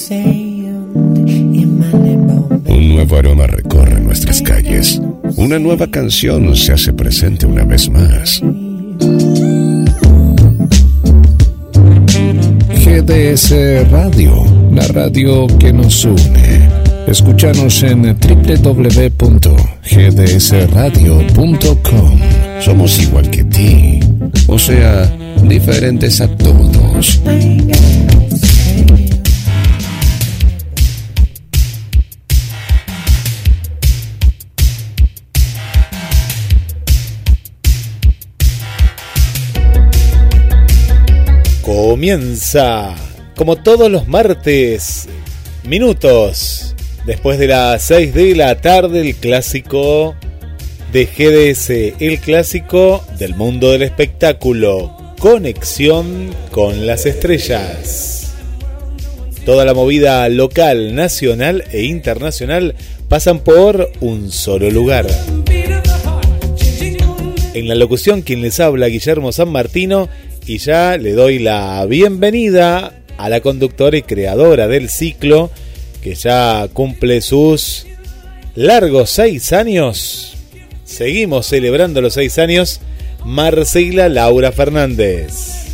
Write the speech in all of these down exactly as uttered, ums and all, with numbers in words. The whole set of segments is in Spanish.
Un nuevo aroma recorre nuestras calles. Una nueva canción se hace presente una vez más. G D S Radio, la radio que nos une. Escúchanos en doble u doble u doble u punto g d s radio punto com. Somos igual que ti, o sea, diferentes a todos. Comienza, como todos los martes, minutos después de las seis de la tarde, el clásico de G D S, el clásico del mundo del espectáculo, Conexión con las Estrellas. Toda la movida local, nacional e internacional pasan por un solo lugar. En la locución, quien les habla, Guillermo San Martino, y ya le doy la bienvenida a la conductora y creadora del ciclo, que ya cumple sus largos seis años. Seguimos celebrando los seis años, Marcela Laura Fernández.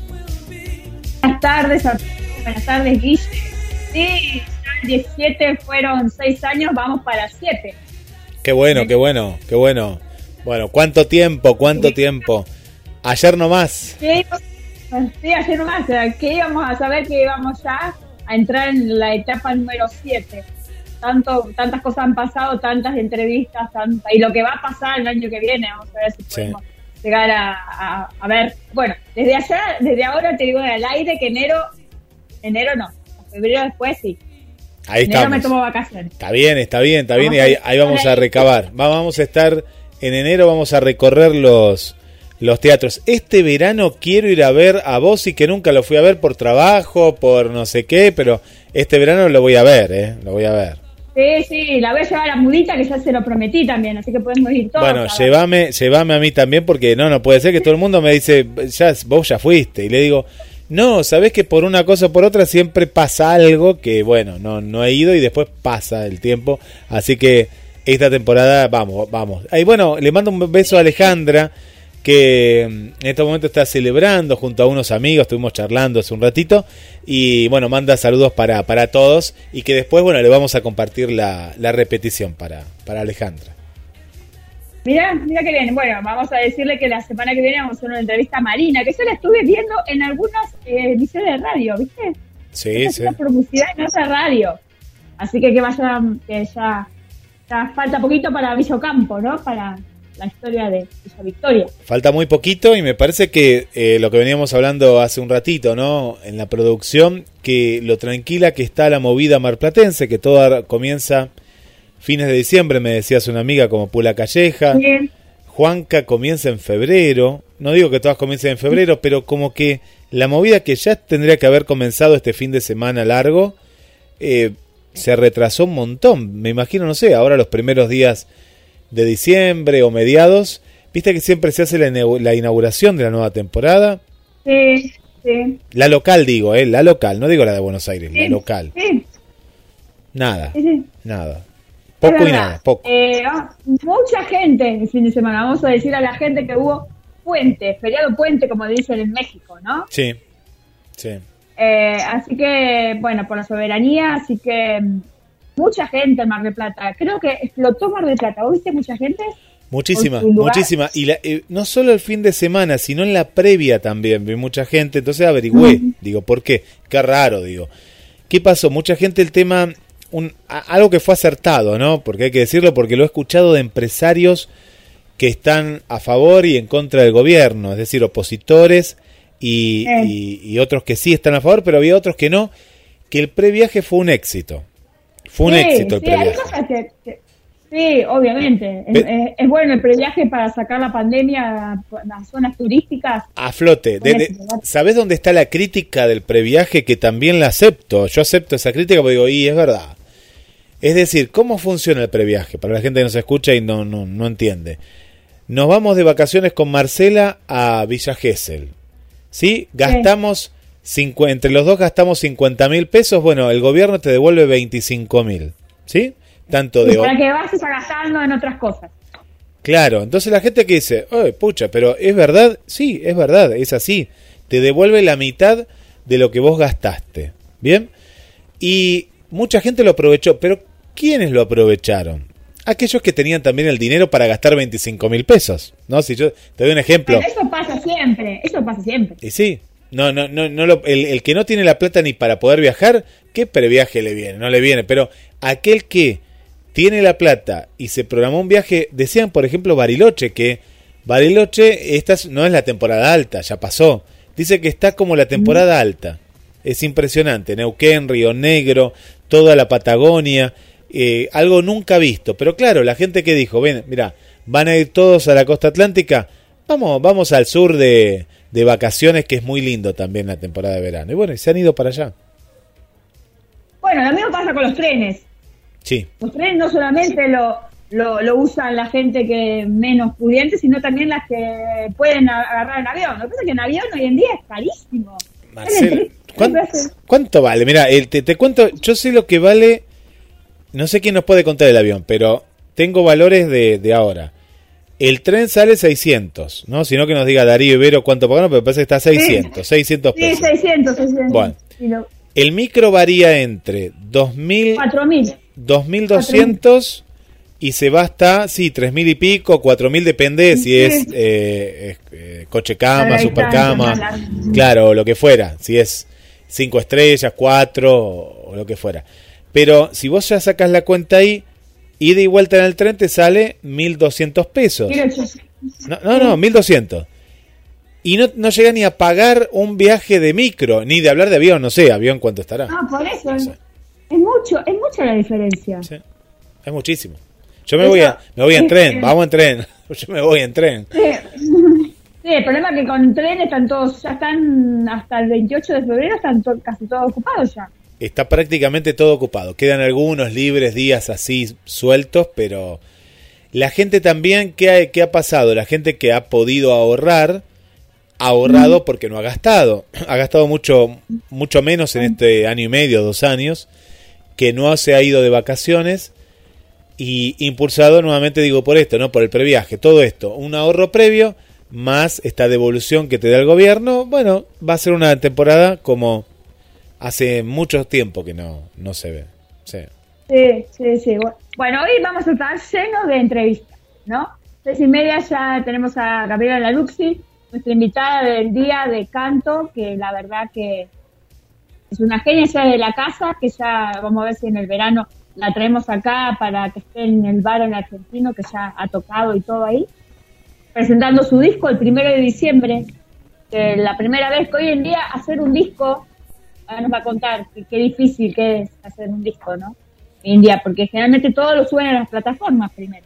Buenas tardes a todos, buenas tardes, Guille. Sí, ya el diecisiete fueron seis años, vamos para siete. Qué bueno, qué bueno, qué bueno. Bueno, ¿cuánto tiempo, cuánto sí. tiempo? Ayer nomás. Sí, sí, ayer nomás. Que íbamos a saber que íbamos ya a entrar en la etapa número siete. Tanto, tantas cosas han pasado, tantas entrevistas, tanta, y lo que va a pasar el año que viene. Vamos a ver si podemos sí. llegar a, a, a ver. Bueno, desde allá, desde ahora te digo al aire que enero, enero no, febrero después sí. Ahí enero estamos. me tomo vacaciones. Está bien, está bien, está bien. Vamos Y ahí, ahí vamos a recabar. Vamos a estar en enero, vamos a recorrer los... Los teatros. Este verano quiero ir a ver a Bossi, que nunca lo fui a ver por trabajo, por no sé qué, pero este verano lo voy a ver, ¿eh? Lo voy a ver. Sí, sí, la voy a llevar a la mudita, que ya se lo prometí también, así que podemos ir todos. Bueno, llévame, llévame a mí también, porque no, no puede ser que todo el mundo me dice, ya, vos ya fuiste, y le digo, no, sabés que por una cosa o por otra siempre pasa algo que, bueno, no, no he ido y después pasa el tiempo, así que esta temporada, vamos, vamos. Y bueno, le mando un beso a Alejandra, que en este momento está celebrando junto a unos amigos, estuvimos charlando hace un ratito, y bueno, manda saludos para, para todos, y que después, bueno, le vamos a compartir la, la repetición para, para Alejandra. Mira, mira que bien. Bueno, vamos a decirle que la semana que viene vamos a hacer una entrevista a Marina, que yo la estuve viendo en algunas eh, emisiones de radio, ¿viste? Sí, Esta sí. Es una publicidad en otra radio. Así que que vaya, que ya, ya falta poquito para Villocampo, ¿no? Para la historia de Villa Victoria. Falta muy poquito y me parece que eh, lo que veníamos hablando hace un ratito, ¿no? En la producción, que lo tranquila que está la movida marplatense, que todo comienza fines de diciembre, me decías una amiga, como Pula Calleja. Bien. Juanca comienza en febrero. No digo que todas comiencen en febrero, pero como que la movida que ya tendría que haber comenzado este fin de semana largo, eh, se retrasó un montón. Me imagino, no sé, ahora los primeros días de diciembre o mediados, viste que siempre se hace la, la inauguración de la nueva temporada. Sí, sí. La local digo, eh, la local, no digo la de Buenos Aires, sí, la local. Sí. Nada, sí, sí. nada. Poco y nada, poco. Eh, mucha gente el fin de semana, vamos a decir a la gente que hubo puente, feriado puente, como dicen en México, ¿no? Sí, sí. Eh, así que, bueno, por la soberanía, así que mucha gente en Mar del Plata. Creo que explotó Mar del Plata. ¿Vos viste mucha gente? Muchísima, muchísima. Y la, eh, no solo el fin de semana, sino en la previa también vi mucha gente. Entonces averigüé, mm. digo, ¿por qué? Qué raro, digo. ¿Qué pasó? Mucha gente, el tema, un, a, algo que fue acertado, ¿no? Porque hay que decirlo, porque lo he escuchado de empresarios que están a favor y en contra del gobierno, es decir, opositores y, eh. y, y otros que sí están a favor, pero había otros que no, que el previaje fue un éxito. Fue un sí, éxito el sí, previaje. Hay cosas que, que, sí, obviamente. Pe- es, es bueno el previaje para sacar la pandemia a las zonas turísticas. A flote. De, de, ¿Sabés dónde está la crítica del previaje? Que también la acepto. Yo acepto esa crítica porque digo, y es verdad. Es decir, ¿cómo funciona el previaje? Para la gente que nos escucha y no, no, no entiende. Nos vamos de vacaciones con Marcela a Villa Gesell. ¿Sí? Gastamos cincu- entre los dos gastamos cincuenta mil pesos, bueno, el gobierno te devuelve veinticinco mil, ¿sí? Tanto de... Para que vayas gastando en otras cosas. Claro, entonces la gente que dice, oye, pucha, pero ¿es verdad? Sí, es verdad, es así. Te devuelve la mitad de lo que vos gastaste, ¿bien? Y mucha gente lo aprovechó, pero ¿quiénes lo aprovecharon? Aquellos que tenían también el dinero para gastar veinticinco mil pesos, ¿no? Si yo te doy un ejemplo. Pero eso pasa siempre, eso pasa siempre. Y sí, no, no, no, no lo, el, el que no tiene la plata ni para poder viajar, ¿qué previaje le viene? No le viene, pero aquel que tiene la plata y se programó un viaje, decían por ejemplo Bariloche, que Bariloche esta no es la temporada alta, ya pasó. Dice que está como la temporada alta. Es impresionante. Neuquén, Río Negro, toda la Patagonia, eh, algo nunca visto. Pero claro, la gente que dijo, ven, mira, van a ir todos a la costa atlántica, vamos, vamos al sur de, de vacaciones, que es muy lindo también la temporada de verano. Y bueno, y se han ido para allá. Bueno, lo mismo pasa con los trenes. Sí. Los trenes no solamente lo, lo, lo usan la gente que menos pudiente, sino también las que pueden agarrar en avión. Lo que pasa es que en avión hoy en día es carísimo. Marcelo, ¿cuánto, ¿cuánto vale? Mira, te, te cuento, yo sé lo que vale, no sé quién nos puede contar el avión, pero tengo valores de, de ahora. El tren sale seiscientos, ¿no? Si no que nos diga Darío Ibero cuánto pagaron, pero parece que está seiscientos, sí. seiscientos pesos. Sí, seiscientos, seiscientos. Bueno, sí, no. El micro varía entre dos mil, cuatro mil, dos mil doscientos y se va hasta, sí, tres mil y pico, cuatro mil, depende si sí. es, eh, es eh, coche cama, super cama, claro, o lo que fuera, si es cinco estrellas, cuatro o, o lo que fuera. Pero si vos ya sacas la cuenta ahí, ida y vuelta en el tren te sale mil doscientos pesos. No, no, no, mil doscientos. Y no, no llega ni a pagar un viaje de micro, ni de hablar de avión, no sé, avión cuánto estará. No, por eso, es, es mucho, es mucha la diferencia. Sí, es muchísimo. Yo me eso, voy a, me voy en tren, eh, vamos en tren, yo me voy en tren. Sí, sí, el problema es que con tren están todos, ya están hasta el veintiocho de febrero, están to, casi todos ocupados ya. Está prácticamente todo ocupado, quedan algunos libres días así sueltos, pero la gente también, ¿qué ha, qué ha pasado? La gente que ha podido ahorrar, ha ahorrado porque no ha gastado, ha gastado mucho, mucho menos en este año y medio, dos años, que no se ha ido de vacaciones y impulsado nuevamente, digo, por esto, ¿no? Por el previaje, todo esto, un ahorro previo más esta devolución que te da el gobierno. Bueno, va a ser una temporada como hace mucho tiempo que no, no se ve. Sí. Sí, sí, sí. Bueno, hoy vamos a estar llenos de entrevistas, ¿no? Tres y media ya tenemos a Gabriela Laluxi, nuestra invitada del día de canto, que la verdad que es una genia ya de la casa, que ya vamos a ver si en el verano la traemos acá para que esté en el bar en Argentino, que ya ha tocado y todo ahí, presentando su disco el primero de diciembre, que la primera vez que hoy en día hacer un disco, ahora nos va a contar qué, qué difícil que es hacer un disco, ¿no? Hoy en día, porque generalmente todos lo suben a las plataformas primero.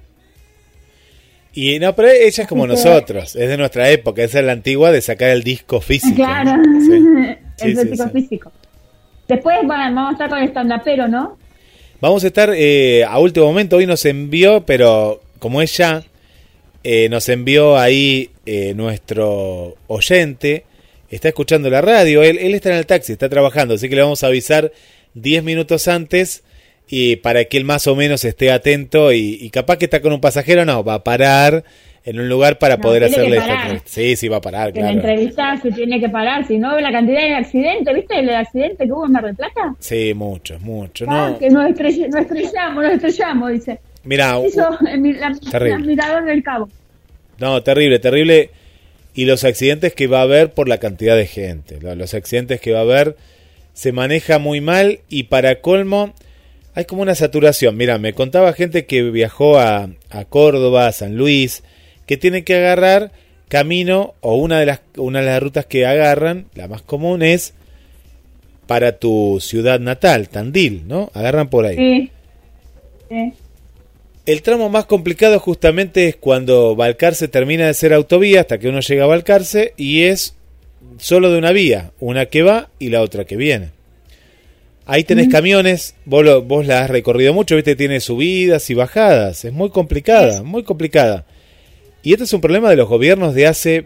Y no, pero ella es como nosotros, es de nuestra época, esa es la antigua de sacar el disco físico. Claro, sí. el sí, disco sí, físico. Después bueno, vamos a estar con el stand-upero, ¿no? Vamos a estar eh, a último momento, hoy nos envió, pero como ella eh, nos envió ahí eh, nuestro oyente, está escuchando la radio, él, él está en el taxi, está trabajando, así que le vamos a avisar diez minutos antes y para que él más o menos esté atento y, y capaz que está con un pasajero, no, va a parar en un lugar para no, poder hacerle esta entrevista. Sí, sí, va a parar, en claro. En la entrevista se tiene que parar, si no, la cantidad de accidentes, ¿viste el accidente que hubo en Mar del Plata? Sí, muchos, muchos. Ah, no. Que nos, estrell nos estrellamos, nos estrellamos, dice. Mirá, hizo el, la, la mirador del Cabo. No, terrible, terrible. Y los accidentes que va a haber por la cantidad de gente. Los accidentes que va a haber se maneja muy mal y para colmo hay como una saturación. Mira, me contaba gente que viajó a, a Córdoba, a San Luis, que tiene que agarrar camino o una de las una de las rutas que agarran, la más común es para tu ciudad natal, Tandil, ¿no? Agarran por ahí. Sí. Sí. El tramo más complicado justamente es cuando Balcarce termina de ser autovía hasta que uno llega a Balcarce y es solo de una vía, una que va y la otra que viene. Ahí tenés mm. camiones, vos, lo, vos la has recorrido mucho, viste, tiene subidas y bajadas, es muy complicada, muy complicada. Y este es un problema de los gobiernos de hace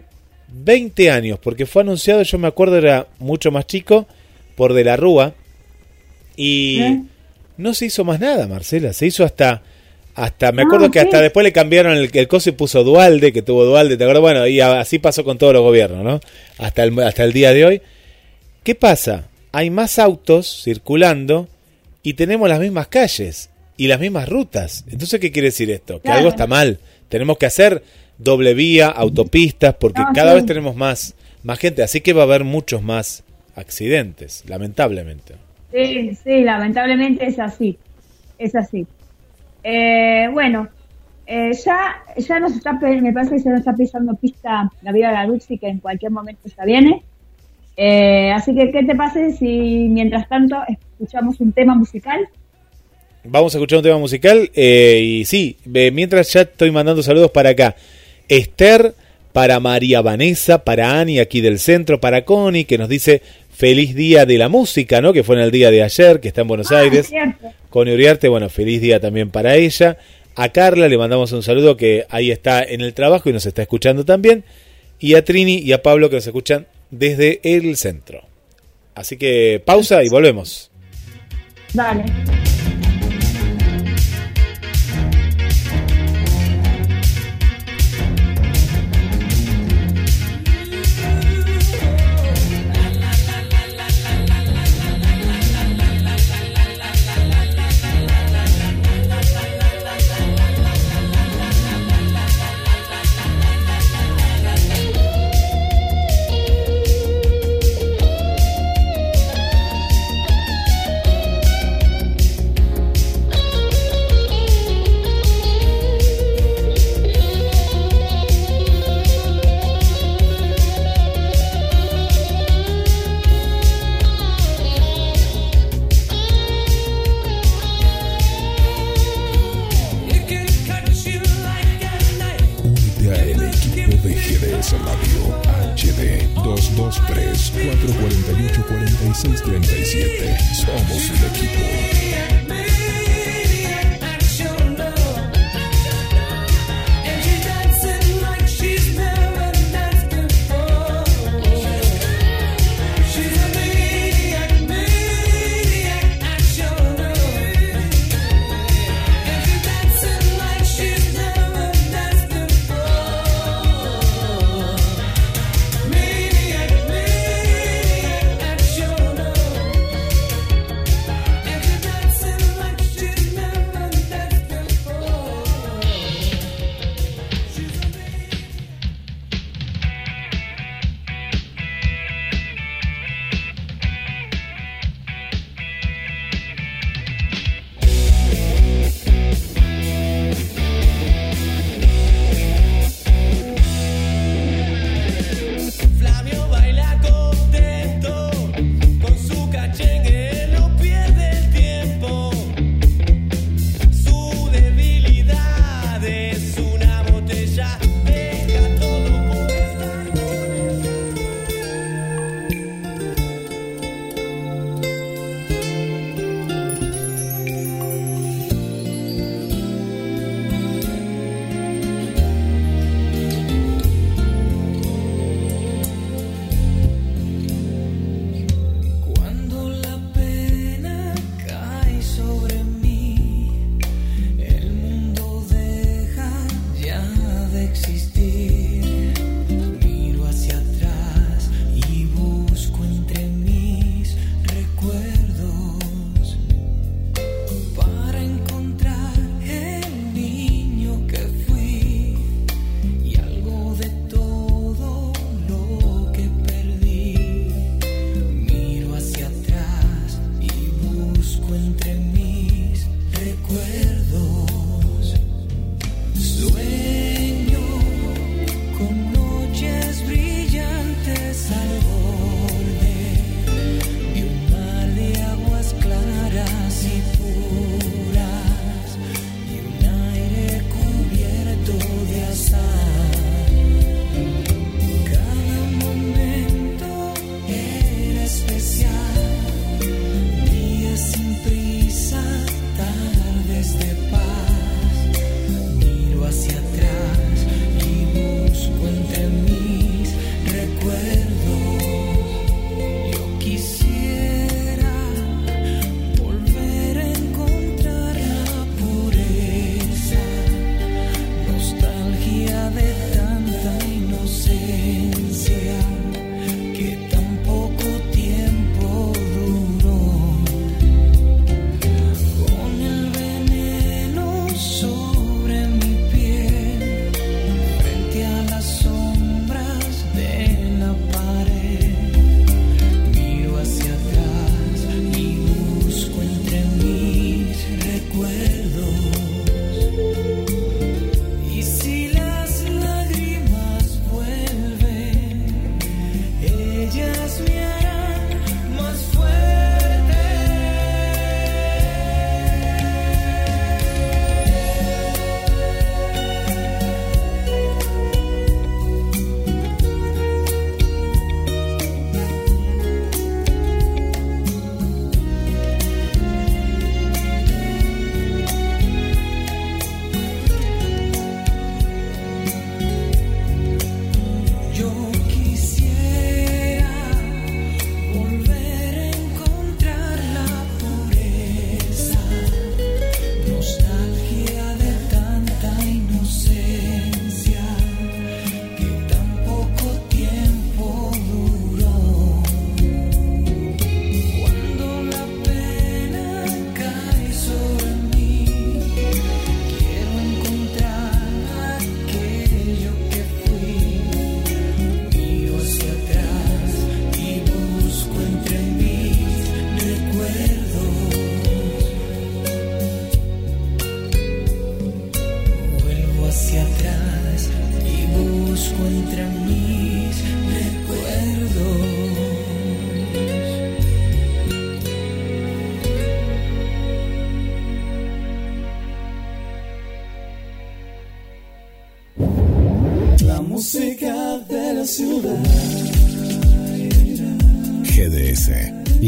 veinte años, porque fue anunciado, yo me acuerdo, era mucho más chico, por De la Rúa, y ¿Eh? no se hizo más nada, Marcela, se hizo hasta, hasta me acuerdo ah, que hasta sí. después le cambiaron el, el coso y puso Dualde, que tuvo Dualde, ¿te acuerdas? Bueno, y así pasó con todos los gobiernos, ¿no? Hasta el, hasta el día de hoy. ¿Qué pasa? Hay más autos circulando y tenemos las mismas calles y las mismas rutas. Entonces, ¿qué quiere decir esto? Que claro. algo está mal. Tenemos que hacer doble vía, autopistas, porque no, cada sí. vez tenemos más, más gente. Así que va a haber muchos más accidentes, lamentablemente. Sí, sí, lamentablemente es así. Es así. Eh, bueno, eh, ya, ya nos está, me parece que se nos está pisando pista Gabriela Garuzzi, que en cualquier momento ya viene. Eh, así que, ¿qué te pasa si mientras tanto escuchamos un tema musical? Vamos a escuchar un tema musical eh, y sí, eh, mientras ya estoy mandando saludos para acá. Esther, para María Vanessa, para Ani aquí del centro, para Connie que nos dice feliz día de la música, ¿no? Que fue en el día de ayer, que está en Buenos ah, Aires. Connie Uriarte, bueno, feliz día también para ella. A Carla le mandamos un saludo que ahí está en el trabajo y nos está escuchando también. Y a Trini y a Pablo que nos escuchan desde el centro. Así que pausa y volvemos. Dale. Somos un equipo.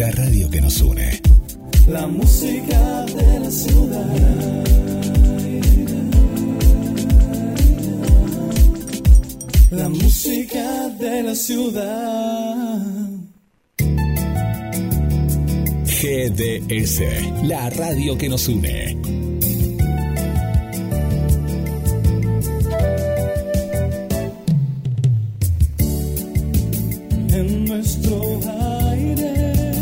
la radio que nos une. La música de la ciudad. La música de la ciudad. G D S, la radio que nos une. En nuestro aire,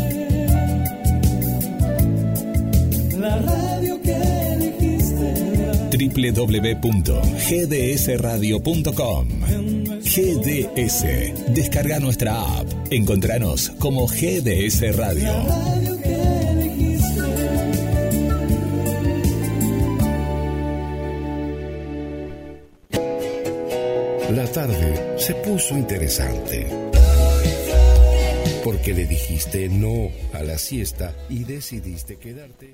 la radio que elegiste. doble u doble u doble u punto g d s radio punto com. G D S. Descarga nuestra app. Encontranos como G D S Radio. La tarde se puso interesante porque le dijiste no a la siesta y decidiste quedarte.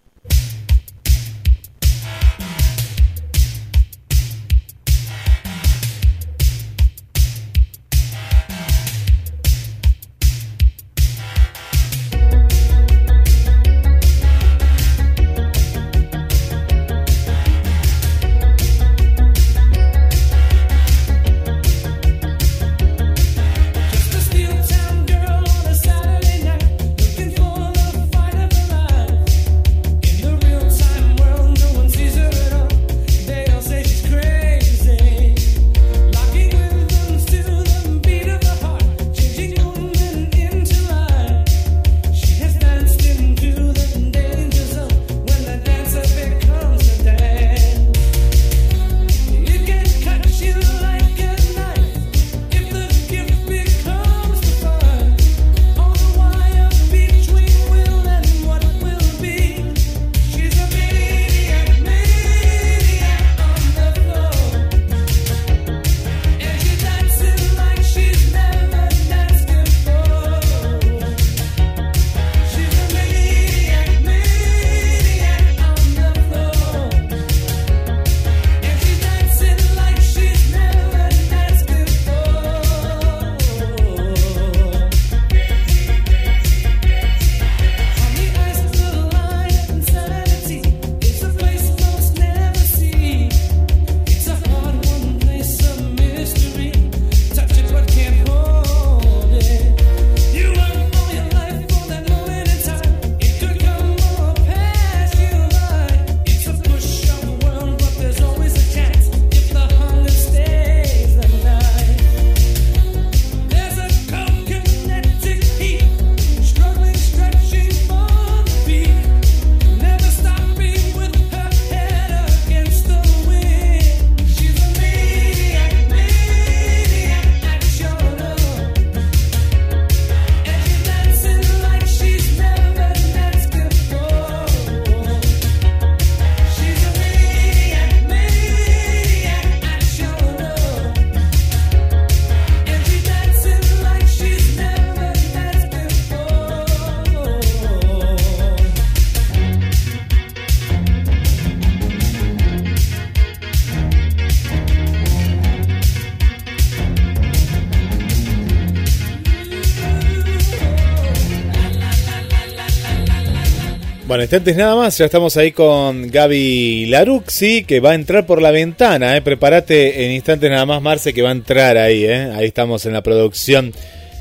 Bueno, instantes nada más, ya estamos ahí con Gaby Laruxi, que va a entrar por la ventana, eh. Prepárate en instantes nada más, Marce, que va a entrar ahí, eh. Ahí estamos en la producción,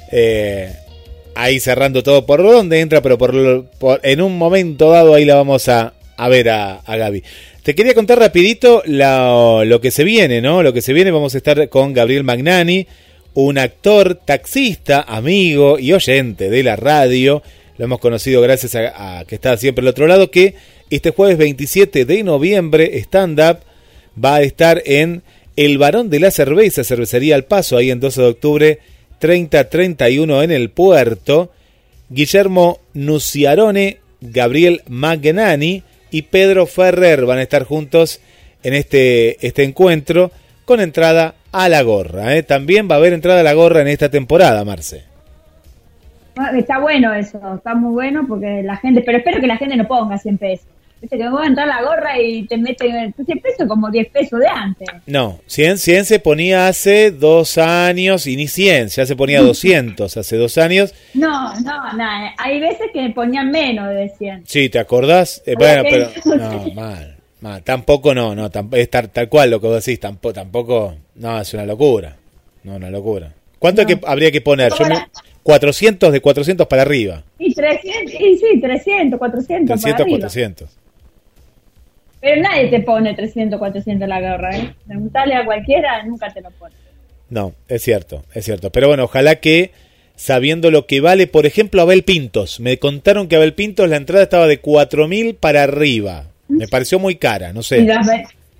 eh, ahí cerrando todo por donde entra, pero por, por en un momento dado ahí la vamos a, a ver a, a Gaby. Te quería contar rapidito lo, lo que se viene, ¿no? Lo que se viene, vamos a estar con Gabriel Magnani, un actor, taxista, amigo y oyente de la radio. Lo hemos conocido gracias a, a que está siempre al otro lado, que este jueves veintisiete de noviembre, stand-up, va a estar en El Barón de la Cerveza, Cervecería Al Paso, ahí en doce de octubre, treinta treinta y uno en el Puerto. Guillermo Nuciarone, Gabriel Magnani y Pedro Ferrer van a estar juntos en este, este encuentro con entrada a la gorra, ¿eh? También va a haber entrada a la gorra en esta temporada, Marce. Está bueno eso, está muy bueno porque la gente, pero espero que la gente no ponga cien pesos. Viste que vos entrar la gorra y te meten cien pesos como diez pesos de antes. No, cien, cien se ponía hace dos años, y ni cien, ya se ponía doscientos hace dos años. No, no, nada. Hay veces que ponían menos de cien. Sí, ¿te acordás? Eh, bueno, pero... No, mal, mal. Tampoco no, no, tamp- es tal, tal cual lo que vos decís, tampoco, tampoco... No, es una locura. No, una locura. ¿Cuánto No. hay que, habría que poner? Yo Ahora- me- cuatrocientos, de cuatrocientos para arriba. Y trescientos, y sí, trescientos, cuatrocientos para trescientos, arriba. cuatrocientos. Pero nadie te pone trescientos, cuatrocientos la gorra, ¿eh? Preguntarle a cualquiera, nunca te lo pone. No, es cierto, es cierto. Pero bueno, ojalá que, sabiendo lo que vale, por ejemplo, Abel Pintos. Me contaron que Abel Pintos la entrada estaba de cuatro mil para arriba. Me pareció muy cara, no Y sé. la,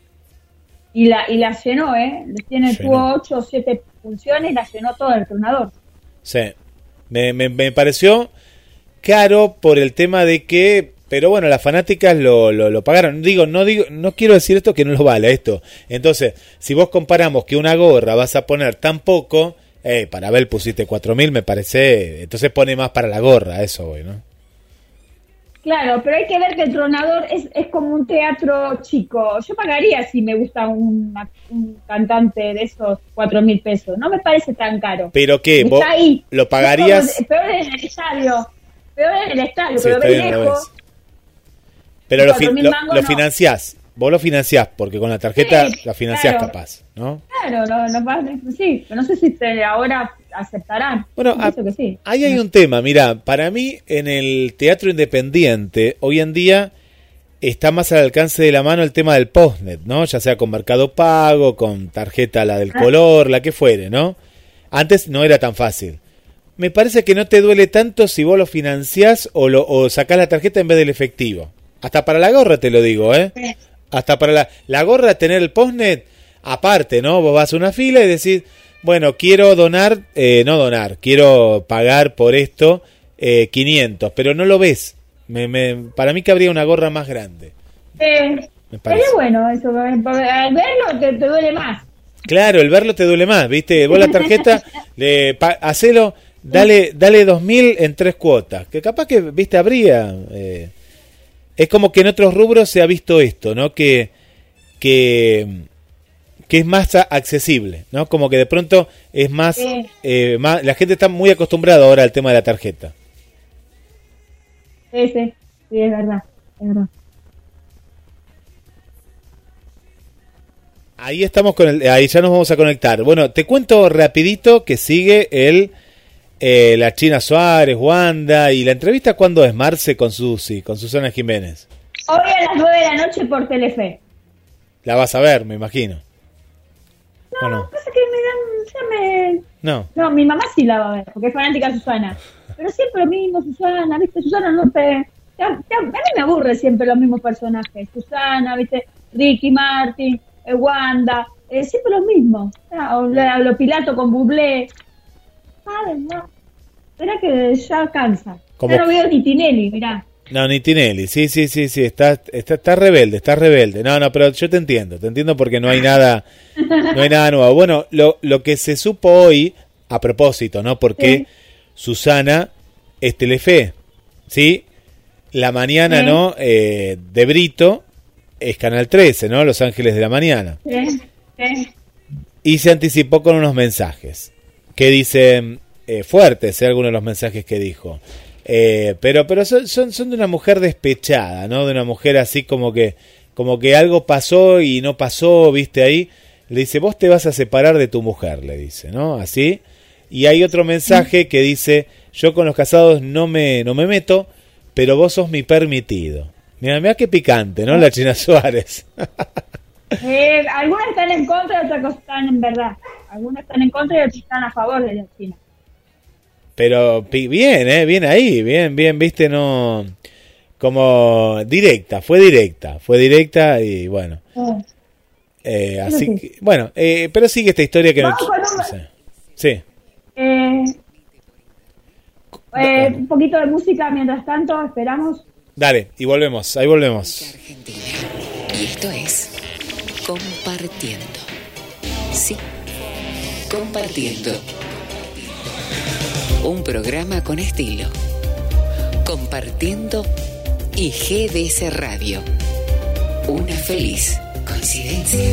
y la, y la llenó, ¿eh? Tiene, Llenó. tuvo ocho o siete funciones y la llenó todo el tronador. Sí. Me, me, me pareció caro por el tema de que... Pero bueno, las fanáticas lo, lo, lo pagaron. Digo, no digo, no quiero decir esto que no lo vale esto. Entonces, si vos comparamos que una gorra vas a poner tan poco, eh, para Abel pusiste cuatro mil, me parece... Entonces pone más para la gorra, eso voy, ¿no? Claro, pero hay que ver que el tronador es, es como un teatro chico. Yo pagaría si me gusta un, un cantante de esos cuatro mil pesos. No me parece tan caro. Pero qué, Está vos ahí. lo pagarías... Es peor en el estadio. Peor en el estadio, Sí, pero está ves bien, lo lejos. ves. Pero lo, cuatro fi- mil lo, mangos lo no. financiás, vos lo financiás, porque con la tarjeta Sí, la financiás claro. capaz, ¿no? Claro, no, no, va- sí, pero no sé si te- ahora aceptarán. Bueno, Yo a- pienso que sí. ahí hay un tema, mira, para mí en el teatro independiente, hoy en día está más al alcance de la mano el tema del postnet, ¿no? Ya sea con Mercado Pago, con tarjeta la del color, la que fuere, ¿no? Antes no era tan fácil. Me parece que no te duele tanto si vos lo financiás o, lo, o sacás la tarjeta en vez del efectivo. Hasta para la gorra te lo digo, ¿eh? Sí. Hasta para la, la gorra tener el postnet aparte, ¿no? Vos vas a una fila y decís, bueno, quiero donar, eh, no donar, quiero pagar por esto eh, quinientos, pero no lo ves. Me, me, para mí cabría una gorra más grande. Eh, Me parece. sería bueno eso, porque al verlo te, te duele más. Claro, el verlo te duele más, ¿viste? Vos la tarjeta, le, pa, hacelo, dale, dale dos mil en tres cuotas, que capaz que, ¿viste? Habría... Eh, es como que en otros rubros se ha visto esto, ¿no? Que, que, que es más a- accesible, ¿no? Como que de pronto es más, Sí. eh, más... La gente está muy acostumbrada ahora al tema de la tarjeta. Sí, sí, sí, es verdad, es verdad. Ahí estamos con el... Ahí ya nos vamos a conectar. Bueno, te cuento rapidito que sigue el... Eh, la China Suárez, Wanda, y la entrevista ¿cuándo es? Marce con Susi, con Susana Jiménez. Hoy a las nueve de la noche por Telefe. La vas a ver, me imagino. No, ¿O no? pasa que me dan, ya me... No. No, mi mamá sí la va a ver, porque es fanática de Susana. Pero siempre lo mismo, Susana, ¿viste? Susana no te... te- te- a mí me aburre siempre los mismos personajes. Susana, ¿viste? Ricky Martin, eh, Wanda, eh, siempre los mismos. Ah, o la- lo Pilato con Bublé. Madre, no. Espera que ya cansa. Como- Ya no veo ni Tinelli, mirá. No, ni Tinelli, sí, sí, sí, sí, está, está, está rebelde, está rebelde. No, no, pero yo te entiendo, te entiendo porque no hay nada, no hay nada nuevo. Bueno, lo, lo que se supo hoy, a propósito, ¿no? Porque Sí. Susana es Telefe, ¿sí? La mañana, Sí. ¿no? Eh, de Brito es Canal trece, ¿no? Los Ángeles de la Mañana. Sí, sí. Y se anticipó con unos mensajes que dicen eh, fuertes, ¿eh? Algunos de los mensajes que dijo. Eh, pero pero son, son, son de una mujer despechada, ¿no? De una mujer así como que como que algo pasó y no pasó, ¿viste ahí? Le dice, vos te vas a separar de tu mujer, le dice, ¿no? Así. Y hay otro mensaje que dice, yo con los casados no me, no me meto, pero vos sos mi permitido. Mira, mira qué picante, ¿no? La China Suárez. Eh, algunas están en contra y otras están en verdad. Algunas están en contra y otras están a favor de la China. Pero pi- bien, ¿eh? Bien ahí, bien, bien, viste, no... Como directa, fue directa, fue directa y bueno. Oh. Eh, así sí. que, bueno, eh, pero sigue esta historia que no... Vamos con un- no sé. Sí. Eh, eh, un poquito de música mientras tanto, esperamos. Dale, y volvemos, ahí volvemos. Argentina. Y esto es Compartiendo. Sí, Compartiendo. Un programa con estilo. Compartiendo y G D S Radio. Una feliz coincidencia.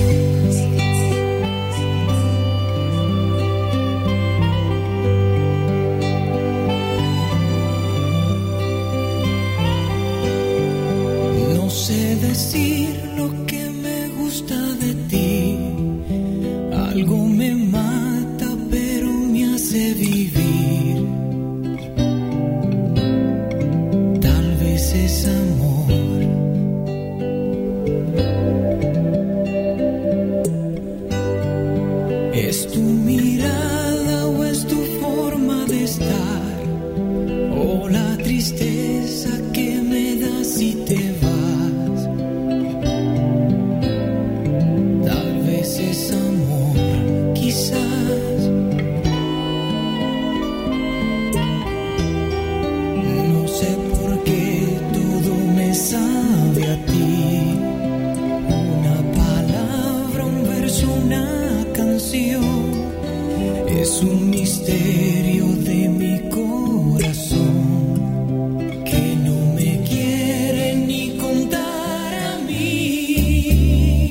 No sé decir lo que me gusta de ti. Algo me mata, pero me hace vivir. Tal vez es amor. ¿Es tu mirada o es tu forma de estar? O la tristeza que me das si te vas. Tal vez es amor, quizás. No sé por qué todo me sabe a ti. Una palabra, un verso, una canción. Es un misterio de mi corazón que no me quiere ni contar a mí.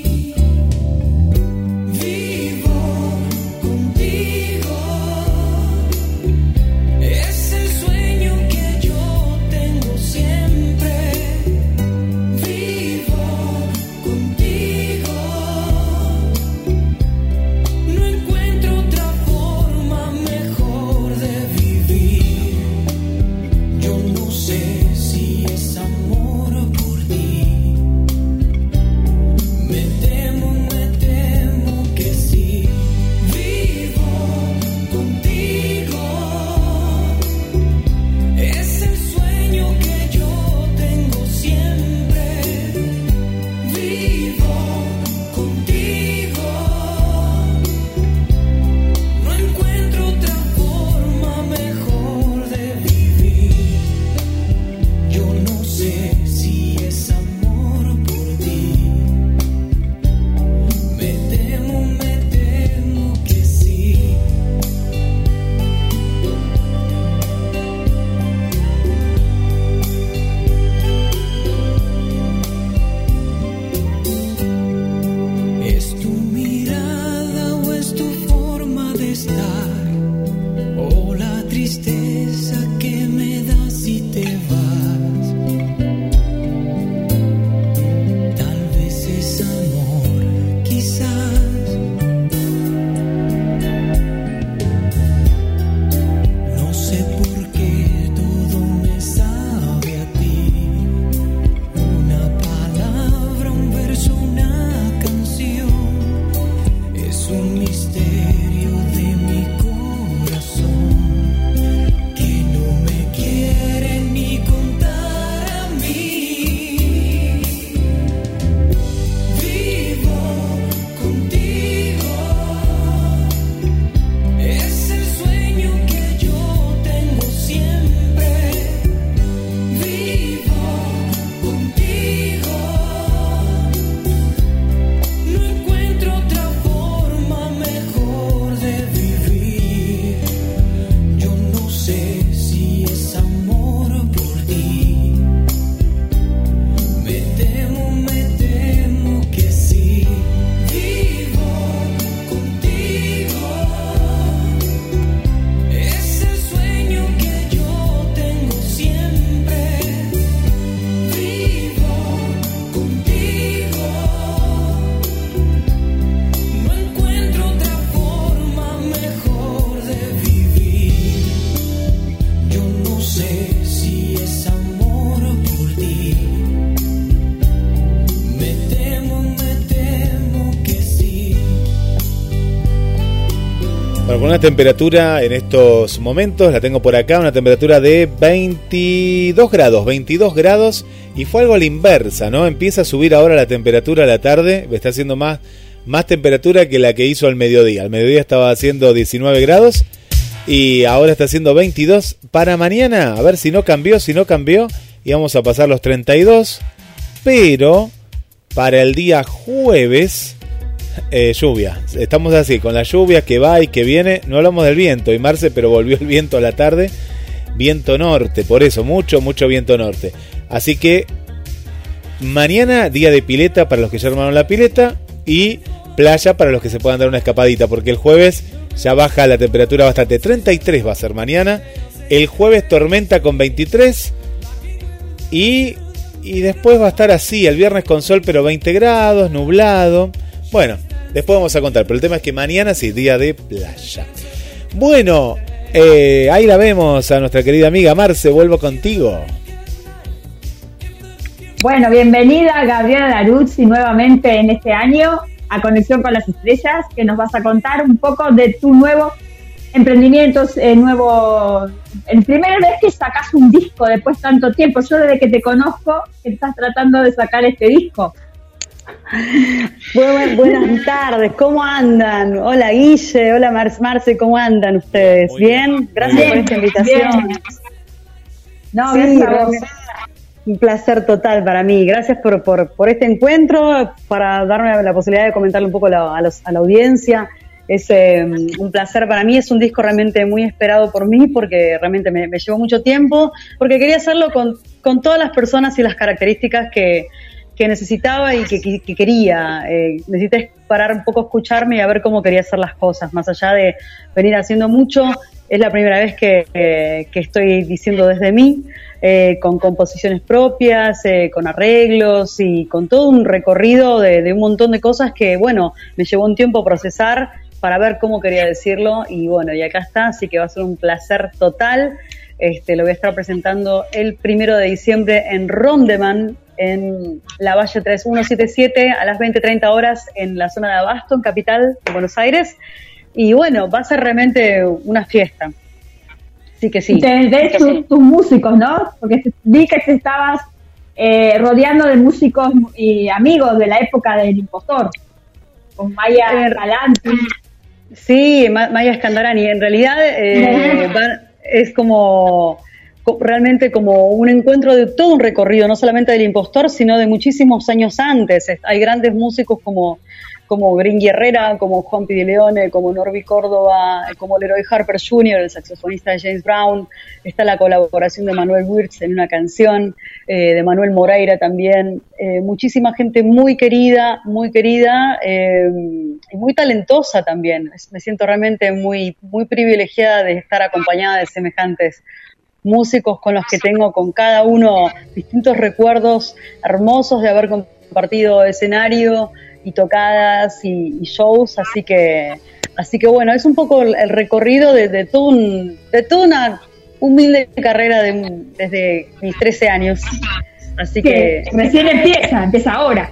Vivo contigo, es el sueño que yo tengo siempre. Vivo contigo, no encuentro otra forma mejor de vivir. Yo no sé si es amor por ti. Me temo, me temo que sí. Vivo contigo, es el sueño que yo tengo siempre. Vivo contigo, no encuentro otra forma mejor de vivir. Yo no sé si es amor por ti. Me temo, me temo que sí. ¿Es tu mirada o es tu forma de estar? O la tristeza que me das si te vas. Tal vez es amor, quizás. No sé por qué todo me sabe a ti. Una palabra, un verso, una canción. Es un misterio de mi corazón que no me quiere ni contar a mí. Vivo contigo, es el sueño que yo tengo siempre. Vivo contigo, no encuentro otra forma mejor de vivir. Yo no sé si es amor por ti. Me temo, me temo que sí. Vivo contigo, es el sueño que yo tengo siempre. Vivo contigo, no encuentro otra forma mejor de vivir. Yo no sé si es amor por ti. Me temo, me temo que sí. Bueno, con una temperatura en estos momentos, la tengo por acá, una temperatura de veintidós grados, veintidós grados, y fue algo a la inversa, ¿no? Empieza a subir ahora la temperatura a la tarde, está haciendo más, más temperatura que la que hizo al mediodía. Al mediodía estaba haciendo diecinueve grados y ahora está haciendo veintidós. Para mañana, a ver si no cambió, si no cambió, íbamos a pasar los treinta y dos, pero para el día jueves, eh, lluvia. Estamos así, con la lluvia que va y que viene. No hablamos del viento, y Marce, pero volvió el viento a la tarde. Viento norte, por eso, mucho, mucho viento norte. Así que mañana día de pileta para los que ya armaron la pileta y playa para los que se puedan dar una escapadita, porque el jueves ya baja la temperatura bastante, treinta y tres va a ser mañana, el jueves tormenta con veintitrés y, y después va a estar así, el viernes con sol pero veinte grados, nublado. Bueno, después vamos a contar, pero el tema es que mañana sí, día de playa. Bueno, eh, ahí la vemos a nuestra querida amiga Marce, vuelvo contigo. Bueno, bienvenida Gabriela Laruzzi nuevamente en este año a Conexión con las Estrellas, que nos vas a contar un poco de tu nuevo emprendimiento, eh, nuevo, el primera vez que sacas un disco después de tanto tiempo. Yo desde que te conozco estás tratando de sacar este disco. Bueno, buenas tardes, ¿cómo andan? Hola Guille, hola Mar- Marce, ¿cómo andan ustedes? Muy ¿Bien? bien. Gracias Bien, por esta invitación. bien. No, Sí, gracias a vos. realmente un placer total para mí. Gracias por, por, por este encuentro, para darme la posibilidad de comentarle un poco la, a, los, a la audiencia. Es eh, un placer para mí, es un disco realmente muy esperado por mí porque realmente me, me llevó mucho tiempo, porque quería hacerlo con, con todas las personas y las características que, que necesitaba y que, que, que quería. Eh, necesité parar un poco, escucharme y a ver cómo quería hacer las cosas, más allá de venir haciendo mucho. Es la primera vez que, eh, que estoy diciendo desde mí, eh, con composiciones propias, eh, con arreglos y con todo un recorrido de, de un montón de cosas que, bueno, me llevó un tiempo procesar para ver cómo quería decirlo y bueno, y acá está, así que va a ser un placer total. Este, lo voy a estar presentando el primero de diciembre en Rondeman, en la Valle tres mil ciento setenta y siete a las veinte treinta horas en la zona de Abasto, en Capital, en Buenos Aires. Y bueno, va a ser realmente una fiesta. Así que sí. Y tenés que tus, sí. tus músicos, ¿no? Porque vi que te estabas eh, rodeando de músicos y amigos de la época del Impostor, con Maya Eh, Galanti. Sí, Ma- Maya Scandarani. En realidad eh, va- es como co- realmente como un encuentro de todo un recorrido, no solamente del Impostor, sino de muchísimos años antes. Es- Hay grandes músicos como como Green Herrera, como Juan Pidileone, como Norby Córdoba, como Leroy Harper junior, el saxofonista de James Brown. Está la colaboración de Manuel Wirtz en una canción, eh, de Manuel Moreira también. Eh, muchísima gente muy querida, muy querida eh, y muy talentosa también. Es- me siento realmente muy, muy privilegiada de estar acompañada de semejantes músicos con los que tengo con cada uno distintos recuerdos hermosos de haber compartido escenario y tocadas y, y shows, así que así que bueno, es un poco el, el recorrido de, de todo un, de toda una humilde carrera de un- desde mis trece años, así Que que recién empieza, empieza ahora.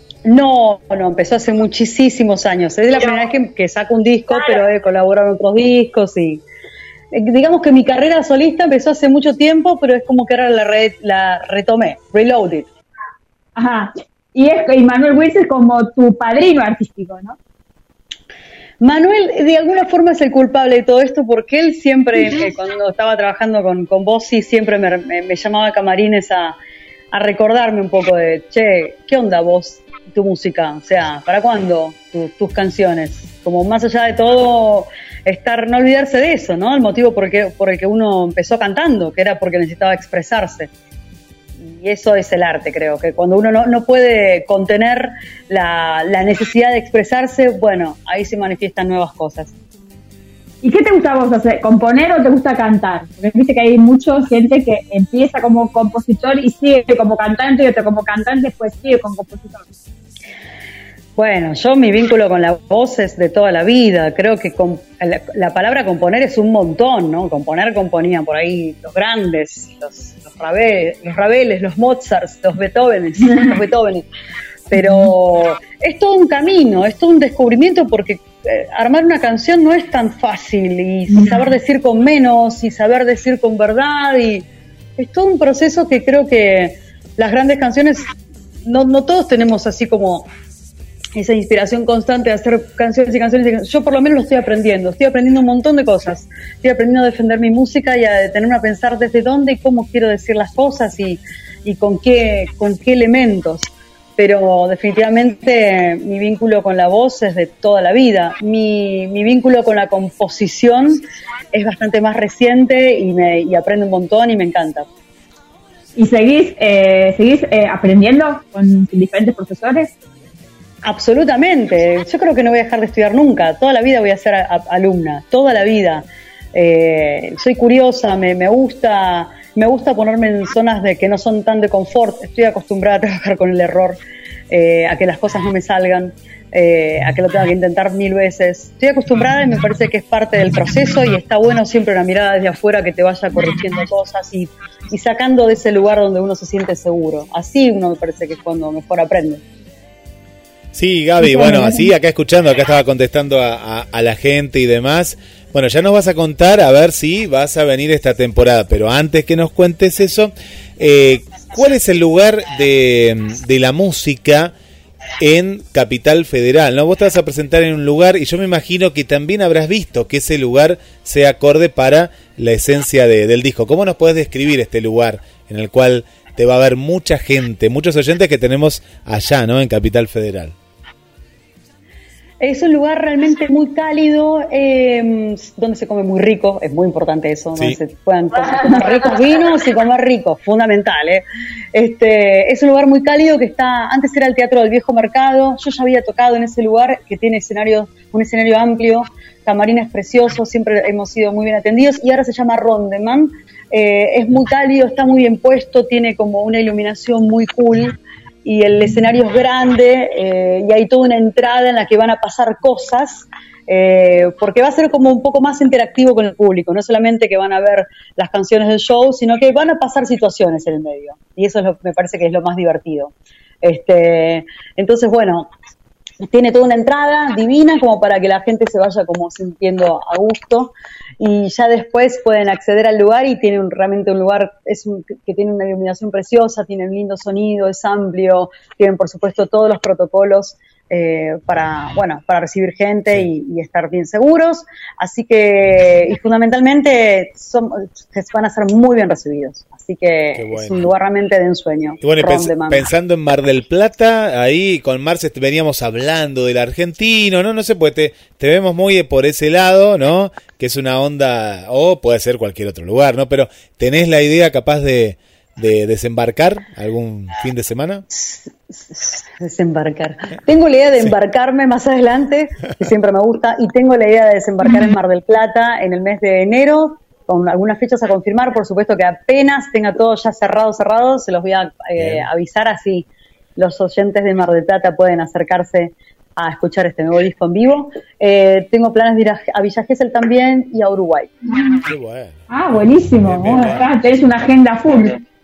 no, no, empezó hace muchísimos años, es la Pero- primera vez que, que saco un disco, Claro. pero he colaborado en otros discos y eh, digamos que mi carrera solista empezó hace mucho tiempo, pero es como que ahora la, re- la retomé, reloaded. Ajá. Y, es, y Manuel Wirtz es como tu padrino artístico, ¿no? Manuel, de alguna forma, es el culpable de todo esto porque él siempre, eh, cuando estaba trabajando con, con vos, sí, siempre me, me, me llamaba a camarines a, a recordarme un poco de, che, ¿qué onda vos, tu música? O sea, ¿para cuándo tu- tus canciones? Como más allá de todo, estar, no olvidarse de eso, ¿no? El motivo por el, que, por el que uno empezó cantando, que era porque necesitaba expresarse. Y eso es el arte, creo, que cuando uno no, no puede contener la, la necesidad de expresarse, bueno, ahí se manifiestan nuevas cosas. ¿Y qué te gusta a vos hacer? ¿Componer o te gusta cantar? Porque viste que hay mucha gente que empieza como compositor y sigue como cantante, y otro como cantante después sigue como compositor. Bueno, yo mi vínculo con la voz es de toda la vida. Creo que con, la, la palabra componer es un montón, ¿no? Componer componían por ahí los grandes, los, los, Rabe, los Rabeles, los Mozarts, los Beethovenes, los Beethovenes. Pero es todo un camino, es todo un descubrimiento porque eh, armar una canción no es tan fácil y saber decir con menos y saber decir con verdad y es todo un proceso que creo que las grandes canciones, no, no todos tenemos así como esa inspiración constante de hacer canciones y canciones y canciones. Yo por lo menos lo estoy aprendiendo, estoy aprendiendo un montón de cosas, estoy aprendiendo a defender mi música y a detenerme a pensar desde dónde y cómo quiero decir las cosas y, y con qué, con qué elementos, pero definitivamente mi vínculo con la voz es de toda la vida, mi, mi vínculo con la composición es bastante más reciente y, me, y aprendo un montón y me encanta. ¿Y seguís, eh, seguís eh, aprendiendo con diferentes profesores? Absolutamente. Yo creo que no voy a dejar de estudiar nunca. Toda la vida voy a ser a, a, alumna, toda la vida. Eh, soy curiosa, me, me gusta, me gusta ponerme en zonas de que no son tan de confort. Estoy acostumbrada a trabajar con el error, eh, a que las cosas no me salgan, eh, a que lo tenga que intentar mil veces. Estoy acostumbrada y me parece que es parte del proceso y está bueno siempre una mirada desde afuera que te vaya corrigiendo cosas y, y sacando de ese lugar donde uno se siente seguro. Así uno me parece que es cuando mejor aprende. Sí, Gaby, bueno, así acá escuchando, acá estaba contestando a, a, a la gente y demás. Bueno, ya nos vas a contar a ver si vas a venir esta temporada, pero antes que nos cuentes eso, eh, ¿cuál es el lugar de, de la música en Capital Federal? ¿No? Vos te vas a presentar en un lugar y yo me imagino que también habrás visto que ese lugar sea acorde para la esencia de, del disco. ¿Cómo nos podés describir este lugar en el cual te va a ver mucha gente, muchos oyentes que tenemos allá, ¿no? En Capital Federal. Es un lugar realmente muy cálido, eh, donde se come muy rico, es muy importante eso, sí. Donde se puedan comer ricos vinos y comer ricos, fundamental. ¿eh? Este, es un lugar muy cálido que está, antes era el Teatro del Viejo Mercado, yo ya había tocado en ese lugar que tiene escenario, un escenario amplio, camarines preciosos, siempre hemos sido muy bien atendidos y ahora se llama Rondeman, eh, es muy cálido, está muy bien puesto, tiene como una iluminación muy cool. Y el escenario es grande eh, y hay toda una entrada en la que van a pasar cosas eh, porque va a ser como un poco más interactivo con el público, no solamente que van a ver las canciones del show, sino que van a pasar situaciones en el medio y eso es lo, me parece que es lo más divertido. Este, entonces, bueno, tiene toda una entrada divina como para que la gente se vaya como sintiendo a gusto y ya después pueden acceder al lugar y tiene un, realmente un lugar es un, que tiene una iluminación preciosa, tiene un lindo sonido, es amplio, tienen por supuesto todos los protocolos eh, para, bueno, para recibir gente y, y estar bien seguros, así que y fundamentalmente son, van a ser muy bien recibidos. Así que bueno. Es un lugar realmente de ensueño. Y bueno, pens- pensando en Mar del Plata, ahí con Marce veníamos hablando del argentino, ¿no? No sé, pues te, te vemos muy por ese lado, ¿no? Que es una onda, o puede ser cualquier otro lugar, ¿no? Pero ¿tenés la idea capaz de, de desembarcar algún fin de semana? Desembarcar. Tengo la idea de embarcarme sí. más adelante, que siempre me gusta, y tengo la idea de desembarcar en Mar del Plata en el mes de enero, con algunas fechas a confirmar, por supuesto que apenas tenga todo ya cerrado, cerrado, se los voy a eh, avisar, así los oyentes de Mar del Plata pueden acercarse a escuchar este nuevo disco en vivo. Eh, tengo planes de ir a, a Villa Gesell también y a Uruguay. Qué bueno. Ah, buenísimo. Bien, bien, bien. Bueno, tenés una agenda full.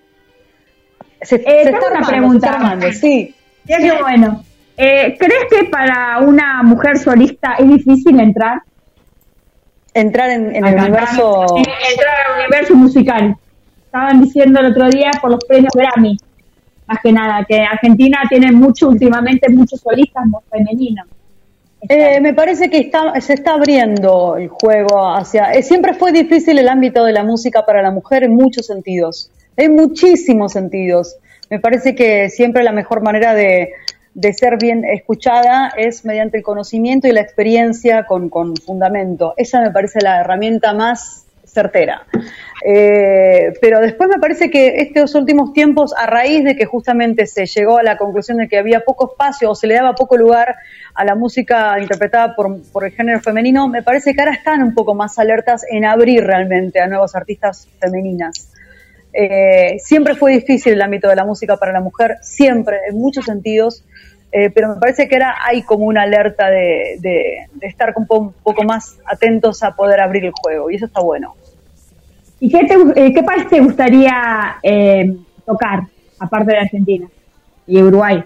Se, eh, se está una armando, pregunta. Se está armando, sí. Ya que bueno. Eh, ¿Crees que para una mujer solista es difícil entrar? Entrar en, en el universo... Entrar al universo musical. Estaban diciendo el otro día por los premios Grammy, más que nada, que Argentina tiene mucho, últimamente, muchos solistas femeninos. Eh, me parece que está, se está abriendo el juego hacia... Eh, siempre fue difícil el ámbito de la música para la mujer en muchos sentidos, en muchísimos sentidos. Me parece que siempre la mejor manera de... de ser bien escuchada es mediante el conocimiento y la experiencia con, con fundamento. Esa me parece la herramienta más certera. Eh, pero después me parece que estos últimos tiempos, a raíz de que justamente se llegó a la conclusión de que había poco espacio o se le daba poco lugar a la música interpretada por, por el género femenino, me parece que ahora están un poco más alertas en abrir realmente a nuevos artistas femeninas. Eh, siempre fue difícil el ámbito de la música para la mujer, siempre, en muchos sentidos, eh, pero me parece que ahora hay como una alerta de, de, de estar un poco, un poco más atentos a poder abrir el juego, y eso está bueno. ¿Y qué, te, eh, qué país te gustaría eh, tocar, aparte de Argentina y Uruguay?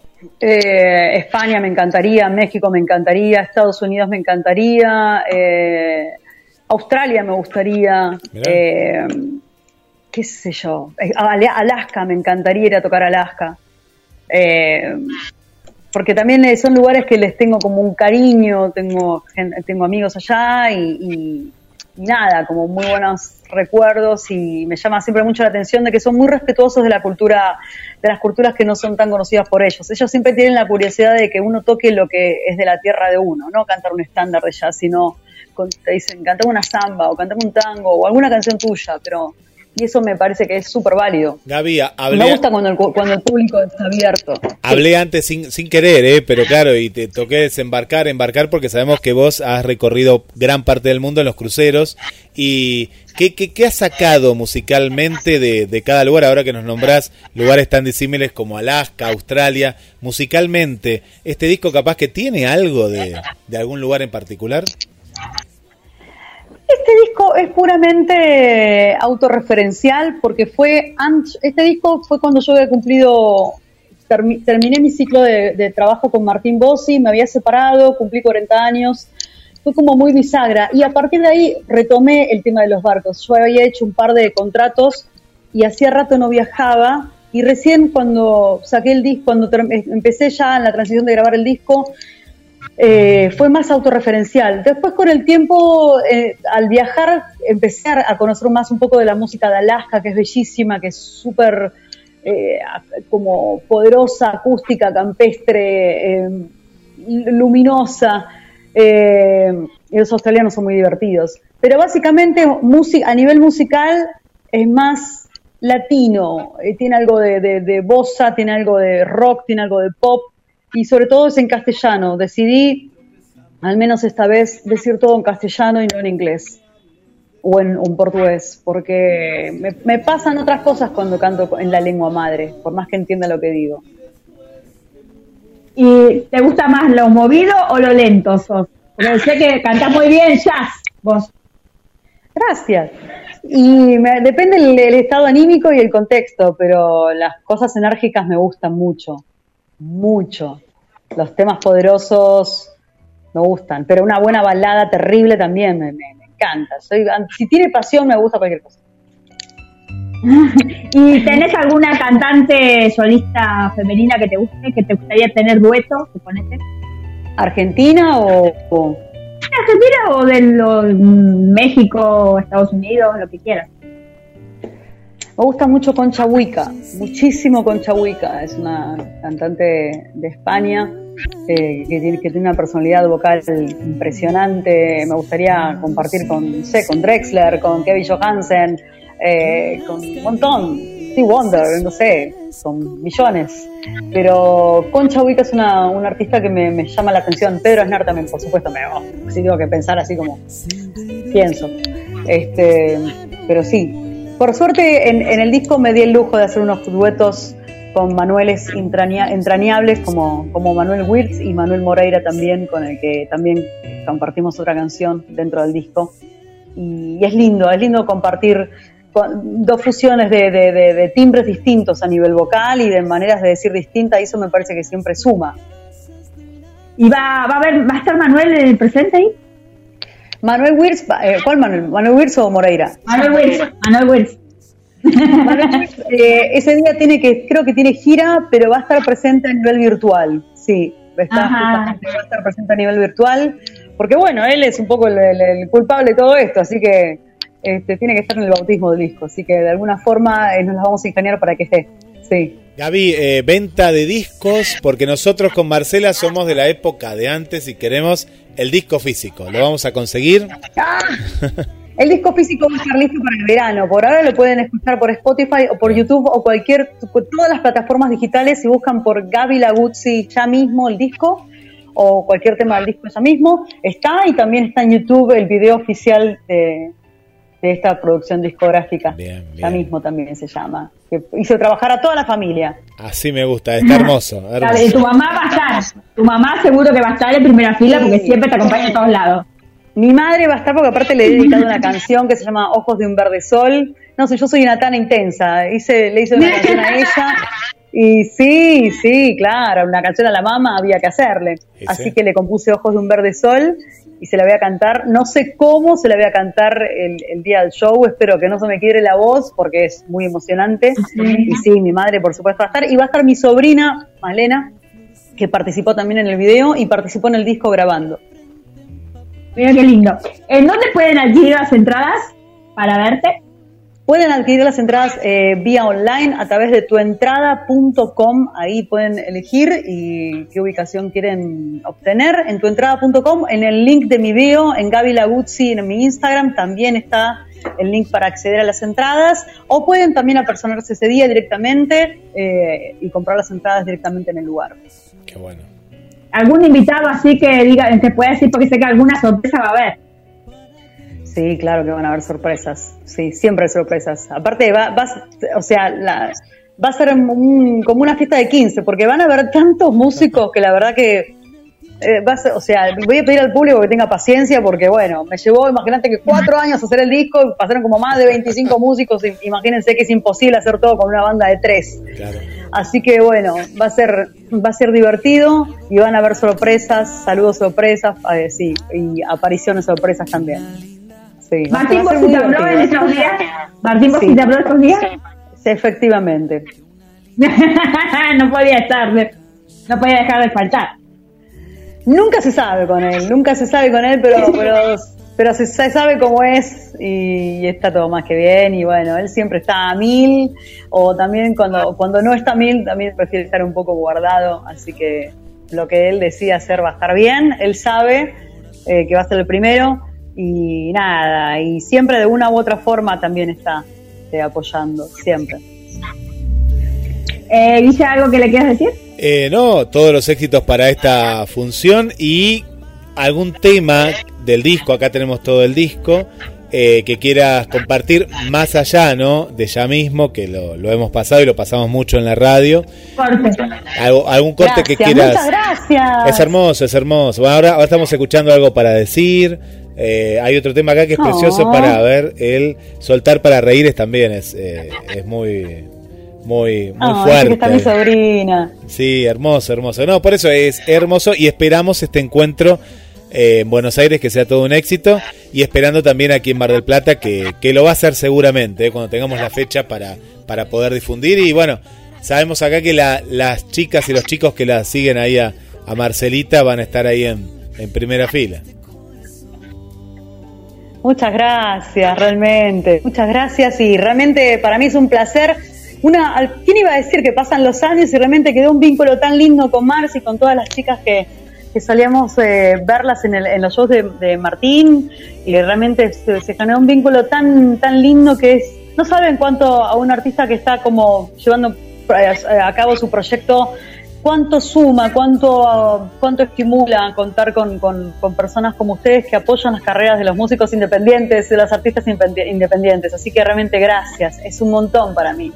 Eh, España me encantaría, México me encantaría, Estados Unidos me encantaría, eh, Australia me gustaría... Eh, qué sé yo, Alaska, me encantaría ir a tocar Alaska, eh, porque también son lugares que les tengo como un cariño, tengo tengo amigos allá y, y, y nada, como muy buenos recuerdos, y me llama siempre mucho la atención de que son muy respetuosos de la cultura, de las culturas que no son tan conocidas por ellos. Ellos siempre tienen la curiosidad de que uno toque lo que es de la tierra de uno, no cantar un estándar de jazz, sino con, te dicen, cantame una samba o cantame un tango o alguna canción tuya, pero y eso me parece que es súper válido. Gaby, hablé... Me gusta cuando el, cuando el público está abierto. Hablé sí. antes sin, sin querer, ¿eh? Pero claro, y te toqué desembarcar, embarcar, porque sabemos que vos has recorrido gran parte del mundo en los cruceros. ¿Y qué, qué, qué has sacado musicalmente de, de cada lugar? Ahora que nos nombrás lugares tan disímiles como Alaska, Australia, musicalmente, ¿este disco capaz que tiene algo de, de algún lugar en particular? Este disco es puramente autorreferencial porque fue este disco fue cuando yo había cumplido, termi, terminé mi ciclo de, de trabajo con Martín Bossi, me había separado, cumplí cuarenta años, fue como muy bisagra y a partir de ahí retomé el tema de los barcos. Yo había hecho un par de contratos y hacía rato no viajaba y recién cuando saqué el disco, cuando ter- empecé ya en la transición de grabar el disco, Eh, fue más autorreferencial. Después con el tiempo, eh, al viajar, empecé a conocer más un poco de la música de Alaska, que es bellísima, que es súper eh, como poderosa, acústica, campestre, eh, luminosa. Eh, y los australianos son muy divertidos. Pero básicamente music- a nivel musical es más latino, eh, tiene algo de, de, de bossa, tiene algo de rock, tiene algo de pop. Y sobre todo es en castellano. Decidí, al menos esta vez, decir todo en castellano y no en inglés o en, o en portugués, porque me, me pasan otras cosas cuando canto en la lengua madre, por más que entienda lo que digo. ¿Y te gusta más lo movido o lo lento, sos? Porque sé que cantás muy bien jazz, vos. Gracias. Y me, depende el, el estado anímico y el contexto, pero las cosas enérgicas me gustan mucho. Mucho. Los temas poderosos me gustan, pero una buena balada terrible también me, me, me encanta. Soy, si tiene pasión me gusta cualquier cosa. ¿Y tenés alguna cantante solista femenina que te guste, que te gustaría tener dueto, suponete? ¿Argentina o...? o... ¿Argentina o de los, México, Estados Unidos, lo que quieras? Me gusta mucho Concha Huica, muchísimo Concha Huica, es una cantante de España eh, que, tiene, que tiene una personalidad vocal impresionante. Me gustaría compartir con, no sé, con Drexler, con Kevin Johansen, eh, con un montón, Stevie Wonder, no sé, con millones. Pero Concha Huica es una, una artista que me, me llama la atención. Pedro Aznar también, por supuesto, me, oh, sí tengo que pensar así como pienso. Este, pero sí. Por suerte, en, en el disco me di el lujo de hacer unos duetos con Manueles entraña, entrañables como, como Manuel Wirtz y Manuel Moreira también, con el que también compartimos otra canción dentro del disco. Y, y es lindo, es lindo compartir con, dos fusiones de, de, de, de timbres distintos a nivel vocal y de maneras de decir distintas, y eso me parece que siempre suma. ¿Y va, va, a, ver, va a estar Manuel en el presente ahí? Manuel Wirtz, eh, ¿cuál Manuel? ¿Manuel Wirtz o Moreira? Manuel Wirtz, Manuel Wirtz. Manuel Wirtz eh, ese día tiene que, creo que tiene gira, pero va a estar presente a nivel virtual, sí, está, va a estar presente a nivel virtual, porque bueno, él es un poco el, el, el culpable de todo esto, así que este, tiene que estar en el bautismo del disco, así que de alguna forma eh, nos las vamos a ingeniar para que esté, sí. Gaby, eh, venta de discos, porque nosotros con Marcela somos de la época de antes y queremos el disco físico. ¿Lo vamos a conseguir? ¡Ah! El disco físico va a estar listo para el verano. Por ahora lo pueden escuchar por Spotify o por YouTube o cualquier, todas las plataformas digitales. Si buscan por Gaby Laguzzi ya mismo el disco o cualquier tema del disco ya mismo, está, y también está en YouTube el video oficial de, de esta producción discográfica. Bien, bien. Ya mismo también se llama. Que hizo trabajar a toda la familia. Así me gusta, está hermoso, hermoso. Tu mamá va a estar, tu mamá seguro que va a estar en primera fila porque sí, siempre te acompaña a todos lados. Mi madre va a estar porque aparte le he dedicado una canción que se llama Ojos de un verde sol. No sé, yo soy una tana intensa. Hice, le hice una canción a ella. Y sí, sí, claro, una canción a la mamá había que hacerle. ¿Sí? Así que le compuse Ojos de un verde sol y se la voy a cantar. No sé cómo se la voy a cantar el, el día del show. Espero que no se me quiebre la voz porque es muy emocionante. Sí. Y sí, mi madre por supuesto va a estar. Y va a estar mi sobrina, Malena, que participó también en el video y participó en el disco grabando. Mira qué lindo. ¿En dónde pueden adquirir las entradas para verte? Pueden adquirir las entradas eh, vía online a través de tu entrada punto com. Ahí pueden elegir y qué ubicación quieren obtener. En tu entrada punto com, en el link de mi bio, en Gaby Laguzzi, en mi Instagram, también está el link para acceder a las entradas. O pueden también apersonarse ese día directamente eh, y comprar las entradas directamente en el lugar. Qué bueno. ¿Algún invitado así que diga, te puede decir, porque sé que alguna sorpresa va a haber? Sí, claro que van a haber sorpresas. Sí, siempre hay sorpresas. Aparte, va, va, o sea, la, va a ser un, como una fiesta de quince, porque van a haber tantos músicos que la verdad que eh, va a ser, o sea, voy a pedir al público que tenga paciencia, porque bueno, me llevó, imagínate que cuatro años hacer el disco, pasaron como más de veinticinco músicos, y imagínense que es imposible hacer todo con una banda de tres. Claro. Así que bueno, va a ser, va a ser divertido y van a haber sorpresas, saludos sorpresas, eh, sí, y apariciones sorpresas también. Sí, Martín, ¿vos te habló en estos días? Martín, ¿vos te habló estos días? Sí, efectivamente. No podía estar, no podía dejar de faltar. Nunca se sabe con él, nunca se sabe con él, pero pero, pero se, se sabe cómo es y, y está todo más que bien. Y bueno, él siempre está a mil, o también cuando, cuando no está a mil, también prefiere estar un poco guardado. Así que lo que él decida hacer va a estar bien. Él sabe eh, que va a ser el primero. Y nada, y siempre de una u otra forma también está eh, apoyando, siempre. Eh, ¿Dice algo que le quieras decir? Eh, no, todos los éxitos para esta función y algún tema del disco, acá tenemos todo el disco, eh, que quieras compartir más allá, ¿no? De ya mismo, que lo, lo hemos pasado y lo pasamos mucho en la radio. Corte. Algo, algún corte Gracias, que quieras. Muchas gracias. Es hermoso, es hermoso. Bueno, ahora, ahora estamos escuchando algo para decir. Eh, hay otro tema acá que es Oh. precioso para ver, el soltar para reír es también es eh, es muy muy muy Oh, fuerte. que está mi sobrina. Sí, hermoso, hermoso. No, por eso es hermoso y esperamos este encuentro eh, en Buenos Aires que sea todo un éxito y esperando también aquí en Mar del Plata que, que lo va a hacer seguramente eh, cuando tengamos la fecha para para poder difundir. Y bueno, sabemos acá que la, las chicas y los chicos que la siguen ahí a, a Marcelita van a estar ahí en, en primera fila. Muchas gracias, realmente. Muchas gracias y realmente para mí es un placer. Una, ¿quién iba a decir que pasan los años y realmente quedó un vínculo tan lindo con Marci y con todas las chicas que, que solíamos eh, verlas en, el, en los shows de, de Martín? Y realmente se, se generó un vínculo tan, tan lindo que es, no saben cuánto a un artista que está como llevando a cabo su proyecto, cuánto suma, cuánto cuánto estimula contar con, con, con personas como ustedes que apoyan las carreras de los músicos independientes, de los artistas independientes. Así que realmente gracias, es un montón para mí.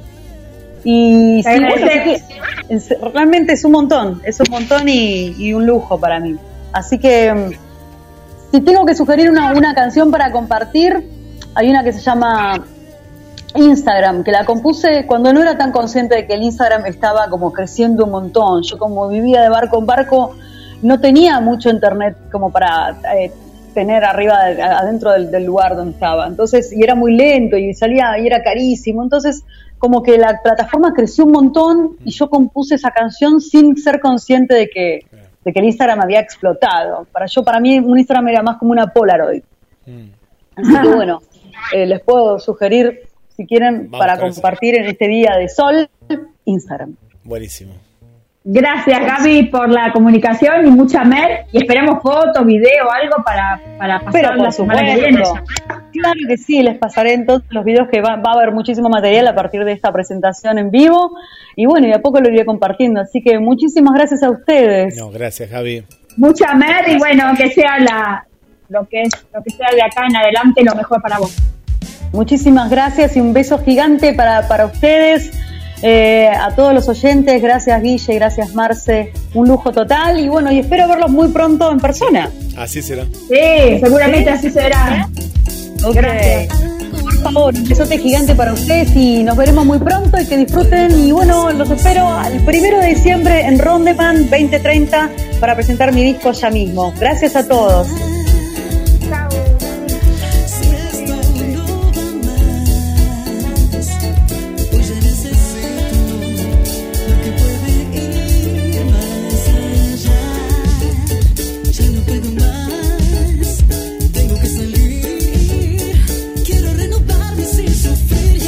Y sí, bueno, es, realmente es un montón, es un montón y, y un lujo para mí. Así que si tengo que sugerir una, una canción para compartir, hay una que se llama Instagram, que la compuse cuando no era tan consciente de que el Instagram estaba como creciendo un montón. Yo como vivía de barco en barco, no tenía mucho internet como para eh, tener arriba, de, adentro del, del lugar donde estaba. Entonces, y era muy lento y salía y era carísimo. Entonces, como que la plataforma creció un montón y yo compuse esa canción sin ser consciente de que, de que el Instagram había explotado. Para yo, para mí, un Instagram era más como una Polaroid. Mm. Así que bueno, eh, les puedo sugerir, si quieren, vamos para compartir eso en este día de sol, Instagram. Buenísimo. Gracias, Gaby, por la comunicación y mucha mer. Y esperamos fotos, video, algo para, para pasar la semana que viene. Claro que sí, les pasaré en todos los videos que va, va a haber muchísimo material a partir de esta presentación en vivo. Y bueno, y a poco lo iré compartiendo. Así que muchísimas gracias a ustedes. No, gracias, Gaby. Mucha mer y bueno, que sea la lo que es lo que sea de acá en adelante lo mejor para vos. Muchísimas gracias y un beso gigante para, para ustedes, eh, a todos los oyentes. Gracias, Guille, gracias, Marce, un lujo total y bueno, y espero verlos muy pronto en persona. Así será. Sí, seguramente así será. Okay. Gracias. Por favor, un besote gigante para ustedes y nos veremos muy pronto y que disfruten. Y bueno, los espero el primero de diciembre en Rondeman veinte treinta para presentar mi disco ya mismo. Gracias a todos. Quiero renovarme sin sufrir.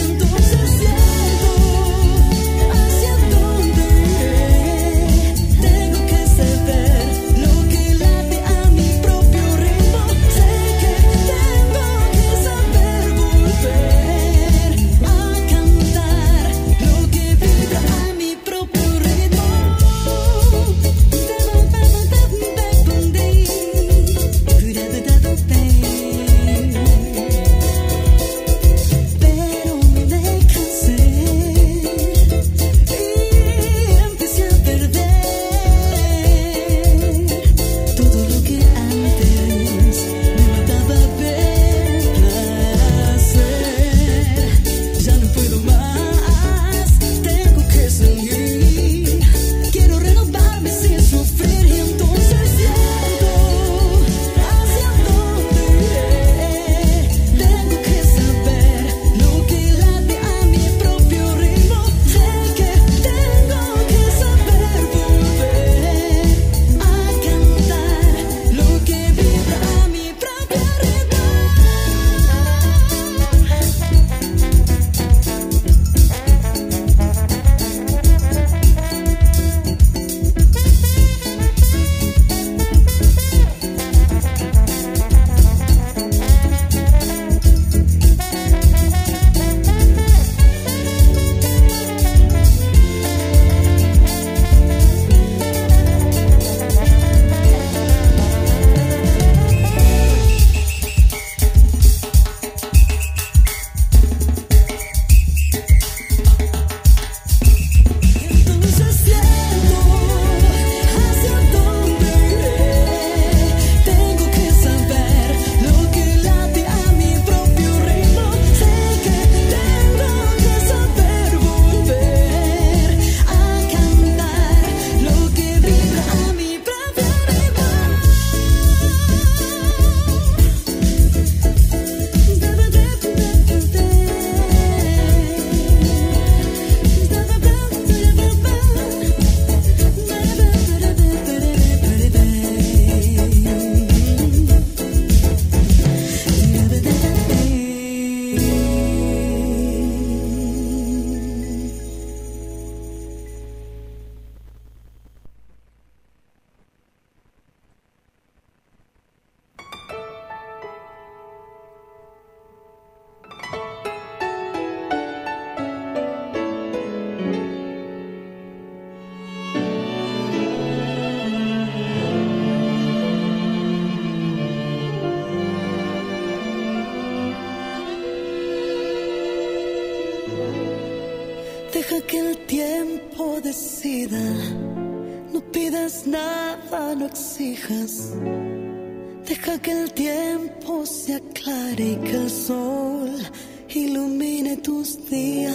decida. No pidas nada, no exijas. Deja que el tiempo se aclare y que el sol ilumine tus días.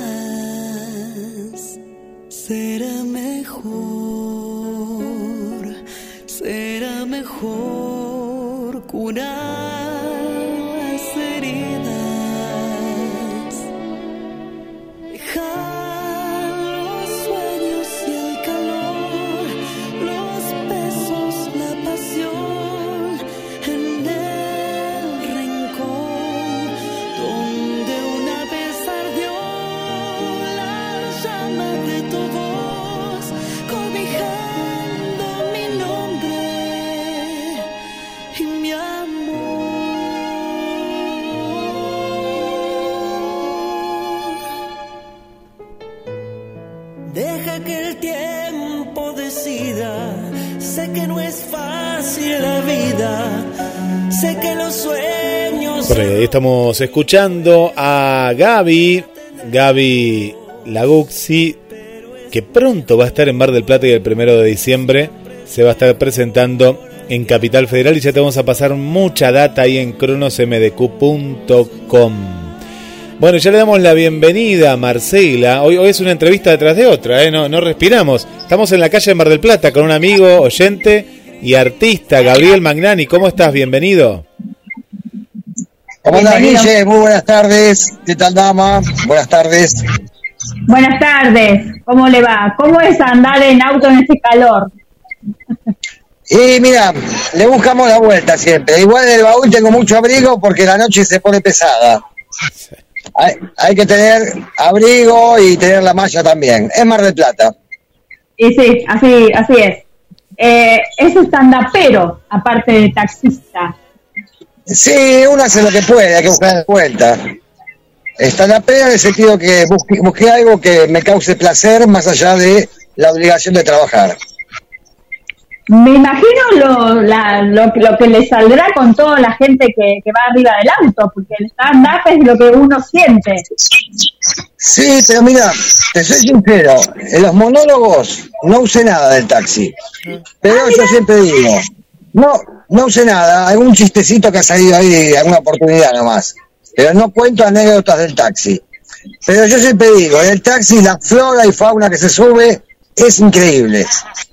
Será mejor, será mejor curar las heridas. Dejar los sueños y el calor, los besos, la pasión en el rincón donde una vez ardió la llama de tu voz, cobijando mi nombre y mi amor. Deja que el tiempo decida. Sé que no es fácil la vida. Sé que los sueños. Por ahí estamos escuchando a Gaby, Gaby Laguxi, que pronto va a estar en Mar del Plata y el primero de diciembre se va a estar presentando en Capital Federal y ya te vamos a pasar mucha data ahí en cronos m d q punto com. Bueno, ya le damos la bienvenida a Marcela. Hoy, hoy es una entrevista detrás de otra, ¿eh? no, no respiramos. Estamos en la calle de Mar del Plata con un amigo, oyente y artista, Gabriel Magnani. ¿Cómo estás? Bienvenido. ¿Cómo andás, Guille? Muy buenas tardes. ¿Qué tal, dama? Buenas tardes. Buenas tardes, ¿cómo le va? ¿Cómo es andar en auto en este calor? Y mira, le buscamos la vuelta siempre. Igual en el baúl tengo mucho abrigo porque la noche se pone pesada. Hay, hay que tener abrigo y tener la malla también. Es Mar del Plata. Y sí, así, así es. Eh, es stand-upero, aparte de taxista. Sí, uno hace lo que puede, hay que buscar la vuelta. Stand-upero en el sentido que busque, busque algo que me cause placer más allá de la obligación de trabajar. Me imagino lo, la, lo, lo que le saldrá con toda la gente que, que va arriba del auto, porque el stand-up es lo que uno siente. Sí, pero mira, te soy sincero, en los monólogos no usé nada del taxi. Pero ah, yo siempre digo, no, no usé nada, algún chistecito que ha salido ahí, alguna oportunidad nomás. Pero no cuento anécdotas del taxi. Pero yo siempre digo, en el taxi la flora y fauna que se sube es increíble.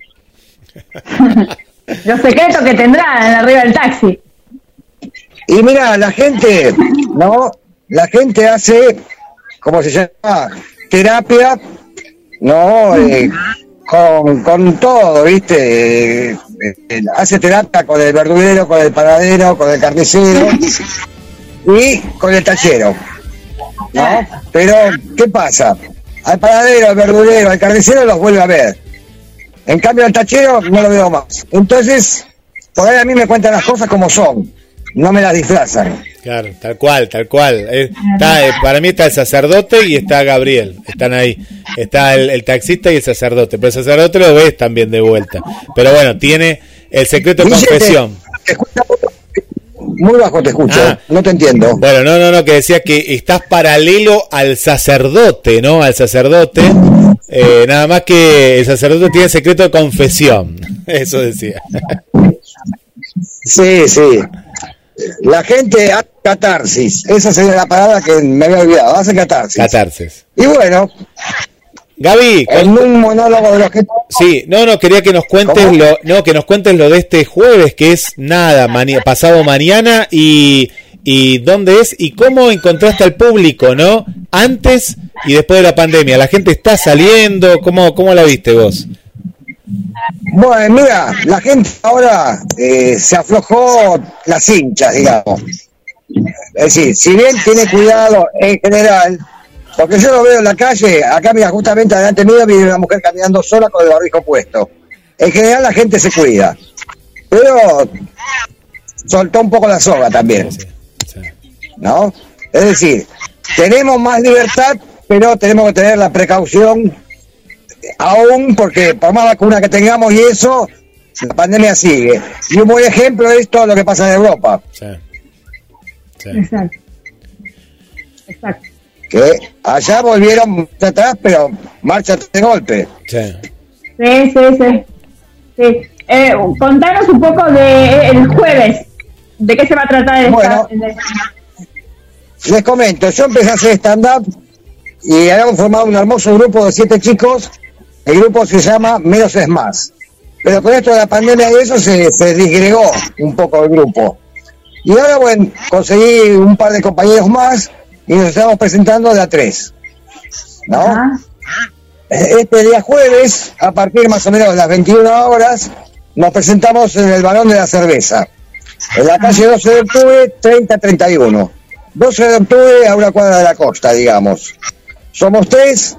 Los secretos que tendrán arriba del taxi. Y mira, la gente, ¿no? La gente hace, ¿cómo se llama? Terapia, ¿no? Eh, con, con todo, ¿viste? Eh, eh, hace terapia con el verdulero, con el panadero, con el carnicero y con el tachero, ¿no? Pero, ¿qué pasa? Al panadero, al verdulero, al carnicero los vuelve a ver. En cambio, al tachero no lo veo más. Entonces, por ahí a mí me cuentan las cosas como son. No me las disfrazan. Claro, tal cual, tal cual. Eh, está, eh, para mí está el sacerdote y está Gabriel. Están ahí. Está el, el taxista y el sacerdote. Pero el sacerdote lo ves también de vuelta. Pero bueno, tiene el secreto de confesión. Te, te escucha muy bajo, te escucho. Ah, no te entiendo. Bueno, no, no, no, que decía que estás paralelo al sacerdote, ¿no? Al sacerdote. Eh, nada más que el sacerdote tiene secreto de confesión. Eso decía. Sí, sí. La gente hace catarsis. Esa sería la palabra que me había olvidado. Hace catarsis. Catarsis. Y bueno, Gaby, en un monólogo de los que... Sí, no, no, quería que nos cuentes ¿Cómo? lo, no, que nos cuentes lo de este jueves, que es nada, mani- pasado mañana, y, y dónde es, y cómo encontraste al público, ¿no? Antes y después de la pandemia. ¿La gente está saliendo? ¿Cómo, cómo la viste vos? Bueno, mira, la gente ahora eh, se aflojó las hinchas, digamos. Es decir, si bien tiene cuidado en general, porque yo lo veo en la calle, acá mira, justamente adelante mío viene una mujer caminando sola con el barbijo puesto. En general la gente se cuida, pero soltó un poco la soga también, ¿no? Es decir, tenemos más libertad, pero tenemos que tener la precaución aún, porque por más vacuna que tengamos y eso, la pandemia sigue. Y un buen ejemplo es todo lo que pasa en Europa. Sí. Sí. Exacto. Exacto. Que allá volvieron atrás, pero marcha de golpe. Sí. Sí, sí, sí. sí. Eh, contanos un poco de el jueves. ¿De qué se va a tratar el Bueno, les comento, yo empecé a hacer stand-up y habíamos formado un hermoso grupo de siete chicos. El grupo se llama Menos es Más. Pero con esto de la pandemia y eso se, se disgregó un poco el grupo. Y ahora, bueno, conseguí un par de compañeros más y nos estamos presentando de a tres. ¿No? Ajá. Este día jueves, a partir más o menos de las veintiuna horas, nos presentamos en el Barón de la Cerveza. En la calle doce de octubre, treinta treinta y uno. doce de octubre a una cuadra de la costa, digamos. Somos tres,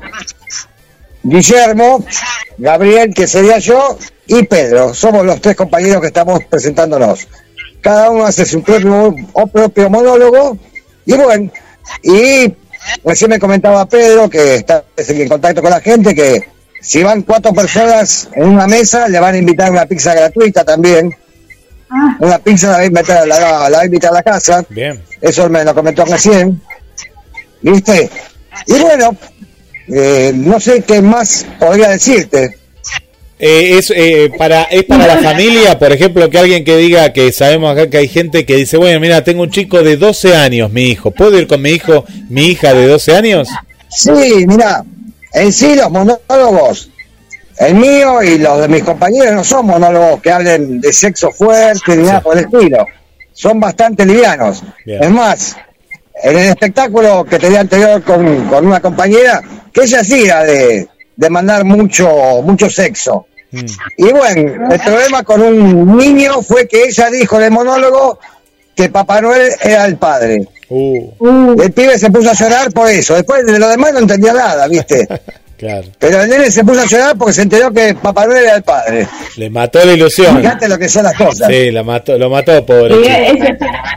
Guillermo, Gabriel, que sería yo, y Pedro. Somos los tres compañeros que estamos presentándonos. Cada uno hace su propio, o propio monólogo, y bueno, y recién me comentaba Pedro, que está en contacto con la gente, que si van cuatro personas en una mesa, le van a invitar una pizza gratuita también. Ah. Una pizza la va a invitar, la, la va a invitar a la casa. Bien. Eso me lo comentó recién. ¿Viste? Y bueno, eh, no sé qué más podría decirte. Eh, es, eh, para, es para la familia, por ejemplo, que alguien que diga, que sabemos acá que hay gente que dice, bueno, mira, tengo un chico de doce años, mi hijo, ¿puedo ir con mi hijo, mi hija de doce años? Sí, mira, en sí los monólogos, el mío y los de mis compañeros no son monólogos que hablen de sexo fuerte ni nada por el estilo. Son bastante livianos. Bien. Es más, en el espectáculo que tenía anterior con, con una compañera, que ella sí era de, de mandar mucho, mucho sexo. Mm. Y bueno, el problema con un niño fue que ella dijo en el monólogo que Papá Noel era el padre. Uh, Uh, El pibe se puso a llorar por eso. Después de lo demás no entendía nada, ¿viste? claro. Pero el nene se puso a llorar porque se enteró que Papá Noel era el padre. Le mató la ilusión. Fíjate lo que son las cosas. Sí, la mató, lo mató, pobre y chico. ese-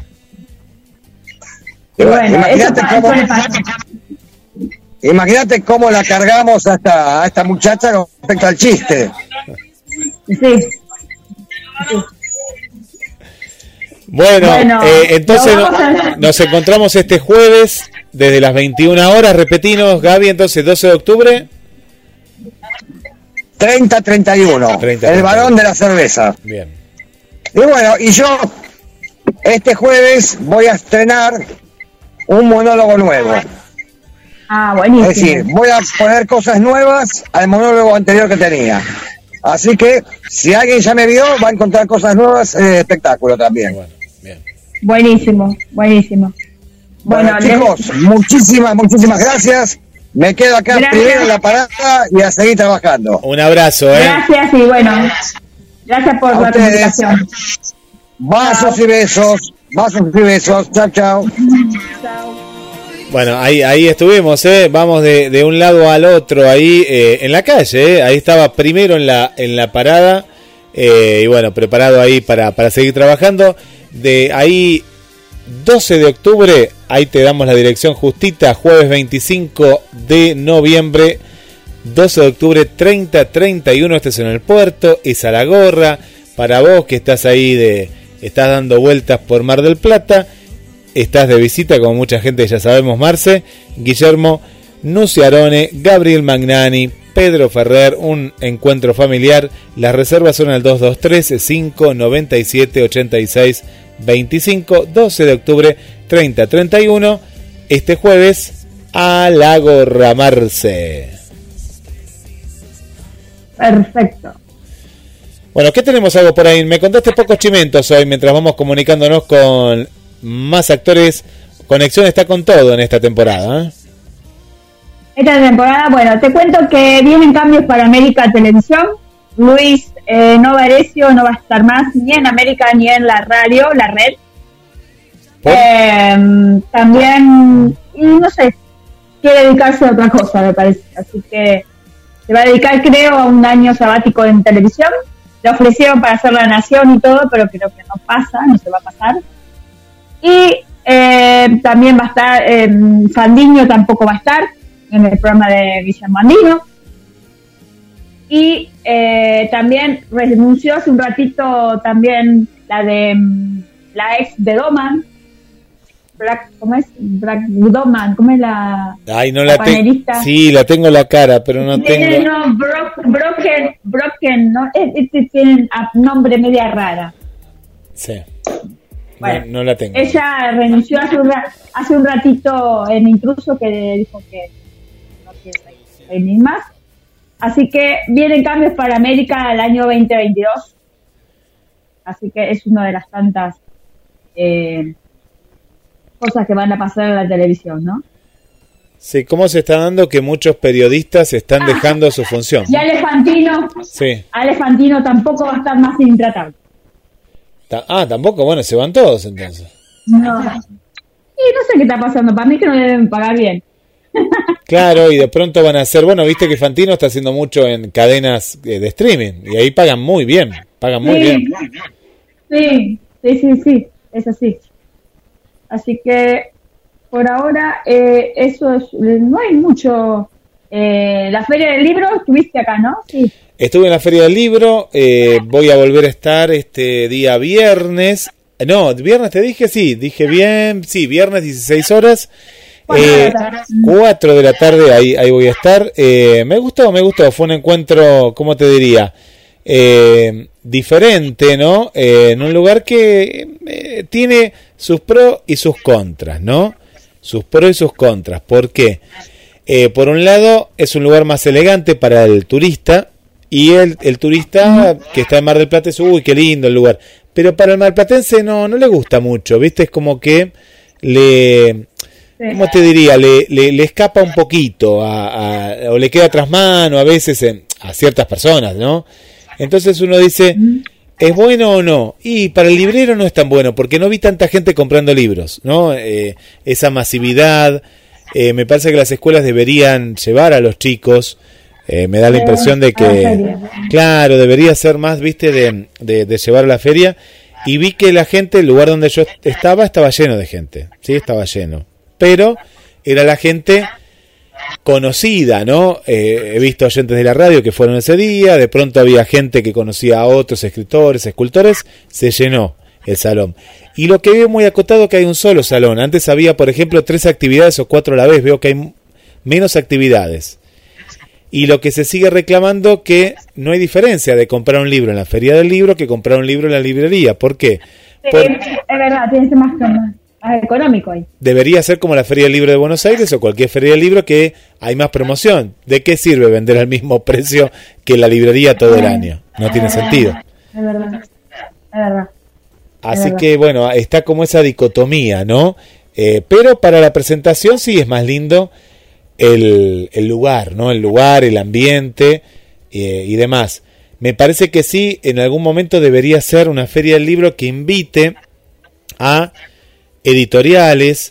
Y bueno, bueno, eso imagínate pa- cómo, puede pasar. imagínate cómo la cargamos a esta, a esta muchacha con respecto al chiste. Sí. Bueno, Bueno, eh, entonces lo vamos no- a- nos encontramos este jueves desde las veintiuna horas, repetinos, Gaby, entonces doce de octubre. treinta treinta y uno. treinta, El treinta y uno. varón de la cerveza. Bien. Y bueno, y yo este jueves voy a estrenar un monólogo nuevo. Ah, buenísimo. Es decir, voy a poner cosas nuevas al monólogo anterior que tenía. Así que, si alguien ya me vio, va a encontrar cosas nuevas en el espectáculo también. Bueno, bien. Buenísimo, buenísimo. Bueno, Bueno, les- chicos, muchísimas, muchísimas gracias. Me quedo acá Gracias. primero en la parada y a seguir trabajando. Un abrazo, ¿eh? gracias y bueno, gracias por A la ustedes. comunicación. Vasos y besos, vasos y besos. Chao, chao. Bueno, ahí ahí estuvimos, ¿eh? Vamos de, de un lado al otro, ahí eh, en la calle, ¿eh? Ahí estaba primero en la en la parada, eh, y bueno, preparado ahí para, para seguir trabajando. De ahí, doce de octubre, ahí te damos la dirección justita, jueves veinticinco de noviembre, doce de octubre, treinta treinta y uno, este es en el puerto, es a la gorra, para vos que estás ahí, de estás dando vueltas por Mar del Plata, estás de visita, como mucha gente ya sabemos, Marce, Guillermo Nuciarone, Gabriel Magnani, Pedro Ferrer, un encuentro familiar. Las reservas son al dos dos tres, cinco nueve siete, ocho seis dos cinco, doce de octubre, treinta treinta y uno, este jueves, a la gorra, Marce. Perfecto. Bueno, ¿qué tenemos algo por ahí? Me contaste pocos chimentos hoy mientras vamos comunicándonos con más actores. Conexión está con todo en esta temporada, ¿eh? Esta temporada, bueno, te cuento que vienen cambios para América Televisión. Luis eh, Novarecio no va a estar más ni en América ni en la radio, la red. ¿Por? Eh, también, y no sé, quiere dedicarse a otra cosa, me parece. Así que se va a dedicar, creo, a un año sabático en televisión. Le ofrecieron para hacer La Nación y todo, pero creo que no pasa, no se va a pasar. Y eh, también va a estar, eh, Fandiño tampoco va a estar en el programa de Guillermo Andino. Y eh, también renunció hace un ratito también la de la ex de Doman. Black, ¿cómo es? Black Doman, ¿cómo es la, Ay, no la la tengo. panelista? Sí, la tengo en la cara, pero no Tiene, tengo. no, bro, broken, broken, ¿no? Este tiene un nombre media rara. Sí. Bueno, no, no la tengo. Ella renunció hace un, ra- hace un ratito en Intruso, que dijo que no quiere venir más. Así que vienen cambios para América el año veinte veintidós. Así que es una de las tantas eh, cosas que van a pasar en la televisión, ¿no? Sí, ¿cómo se está dando que muchos periodistas están Ah. dejando su función? Y Alefantino, Sí. Alefantino tampoco va a estar más intratable. Ta- Ah, tampoco, bueno, se van todos entonces. No. Y no sé qué está pasando. Para mí que no le deben pagar bien. Claro, y de pronto van a hacer, bueno, viste que Fantino está haciendo mucho en cadenas eh, de streaming, y ahí pagan muy bien, pagan muy Sí. bien. Sí, sí, sí, sí, es así. Así que por ahora eh, eso es, no hay mucho. Eh, la Feria del Libro, estuviste acá, ¿no? Sí. Estuve en la Feria del Libro, eh, voy a volver a estar este día viernes. No, viernes te dije, sí, dije bien, sí, viernes dieciséis horas. Eh, cuatro de la tarde, ahí, ahí voy a estar. Eh, me gustó, me gustó, fue un encuentro, ¿cómo te diría? Eh, diferente, ¿no? Eh, en un lugar que eh, tiene sus pros y sus contras, ¿no? Sus pros y sus contras. ¿Por qué? Eh, por un lado, es un lugar más elegante para el turista, y el, el turista que está en Mar del Plata es, uy, qué lindo el lugar. Pero para el marplatense no, no le gusta mucho, ¿viste? Es como que le... ¿Cómo te diría? Le, le, le escapa un poquito a, a, o le queda tras mano a veces en, a ciertas personas, ¿no? Entonces uno dice, ¿es bueno o no? Y para el librero no es tan bueno, porque no vi tanta gente comprando libros, ¿no? Eh, esa masividad, eh, me parece que las escuelas deberían llevar a los chicos, eh, me da la impresión de que, claro, debería ser más, ¿viste? De, de, de llevar a la feria, y vi que la gente, el lugar donde yo estaba, estaba lleno de gente, ¿sí? Estaba lleno. Pero era la gente conocida, ¿no? Eh, he visto oyentes de la radio que fueron ese día, de pronto había gente que conocía a otros escritores, escultores, se llenó el salón. Y lo que veo muy acotado que hay un solo salón. Antes había, por ejemplo, tres actividades o cuatro a la vez, veo que hay menos actividades. Y lo que se sigue reclamando que no hay diferencia de comprar un libro en la Feria del Libro que comprar un libro en la librería. ¿Por qué? Por... Es, es verdad, tiene que ser más, más económico ahí. Debería ser como la Feria del Libro de Buenos Aires o cualquier feria del libro que hay más promoción. ¿De qué sirve vender al mismo precio que la librería todo el año? No tiene sentido. Es verdad, es verdad. Así es verdad. que bueno, está como esa dicotomía, ¿no? Eh, pero para la presentación sí es más lindo el, el lugar, ¿no? El lugar, el ambiente eh, y demás. Me parece que sí, en algún momento debería ser una feria del libro que invite a editoriales,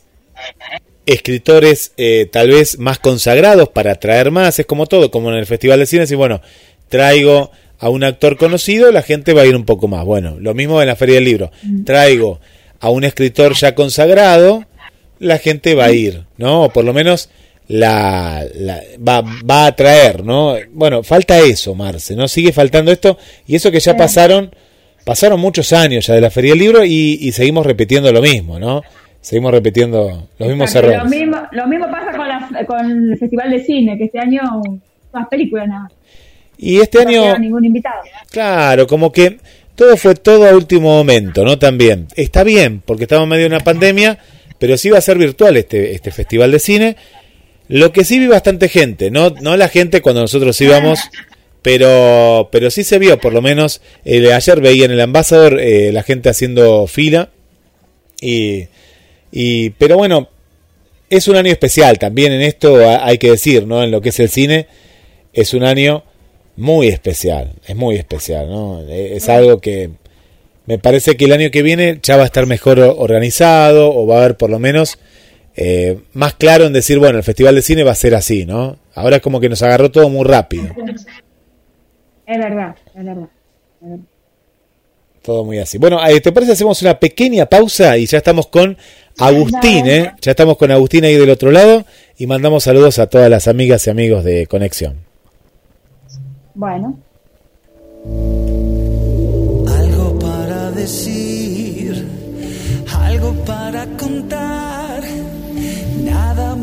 escritores eh, tal vez más consagrados para atraer más. Es como todo, como en el Festival de Cine, si bueno, traigo a un actor conocido, la gente va a ir un poco más. Bueno, lo mismo en la Feria del Libro, traigo a un escritor ya consagrado, la gente va a ir, ¿no? O por lo menos la, la va, va a atraer, ¿no? Bueno, falta eso, Marce, ¿no? Sigue faltando esto, y eso que ya pasaron Pasaron muchos años ya de la Feria del Libro y, y seguimos repitiendo lo mismo, ¿no? Seguimos repitiendo los mismos Exacto, errores. Lo mismo, lo mismo pasa con, la, con el Festival de Cine, que este año más películas nada. Y este no año, no ningún invitado. claro, como que todo fue todo a último momento, ¿no? También. Está bien, porque estamos en medio de una pandemia, pero sí va a ser virtual este, este Festival de Cine. Lo que sí vi bastante gente, no, no la gente cuando nosotros íbamos... Pero pero sí se vio, por lo menos, eh, ayer veía en el Ambassador eh, la gente haciendo fila. Y, y pero bueno, es un año especial también en esto, hay que decir, ¿no? En lo que es el cine, es un año muy especial, es muy especial, ¿no? Es algo que me parece que el año que viene ya va a estar mejor organizado, o va a haber por lo menos eh, más claro en decir, bueno, el Festival de Cine va a ser así, ¿no? Ahora es como que nos agarró todo muy rápido. Es verdad, es verdad. Es verdad. Todo muy así. Bueno, ¿te parece hacemos una pequeña pausa y ya estamos con Agustín, ¿eh? Ya estamos con Agustín ahí del otro lado y mandamos saludos a todas las amigas y amigos de Conexión. Bueno. Algo para decir, algo para contar.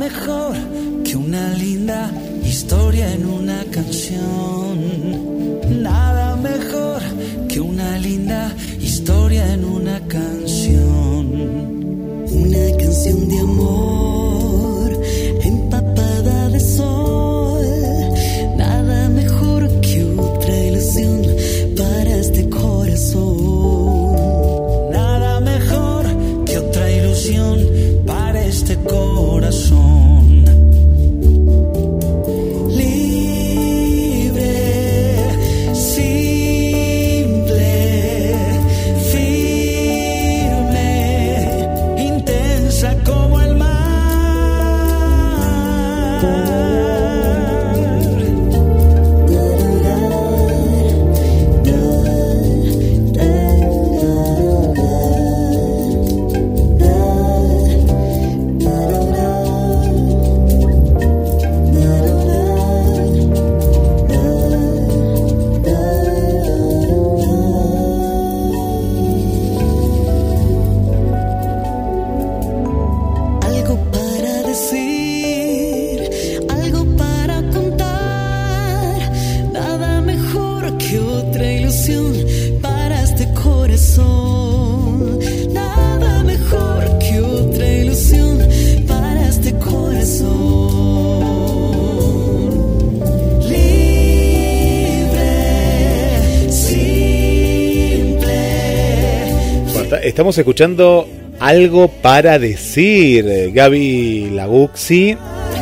mejor que una linda historia en una canción. Nada mejor que una linda historia en una canción. Una canción de amor empapada de sol. Nada mejor que otra ilusión para este corazón. Nada mejor que otra ilusión para este corazón. Libre, simple, firme, intensa como el mar. Algo para decir, algo para contar. Nada mejor que otra ilusión para este corazón. Nada mejor que otra ilusión para este corazón. Libre, simple. Bueno, está- estamos escuchando Algo para decir. Gaby Laguxi,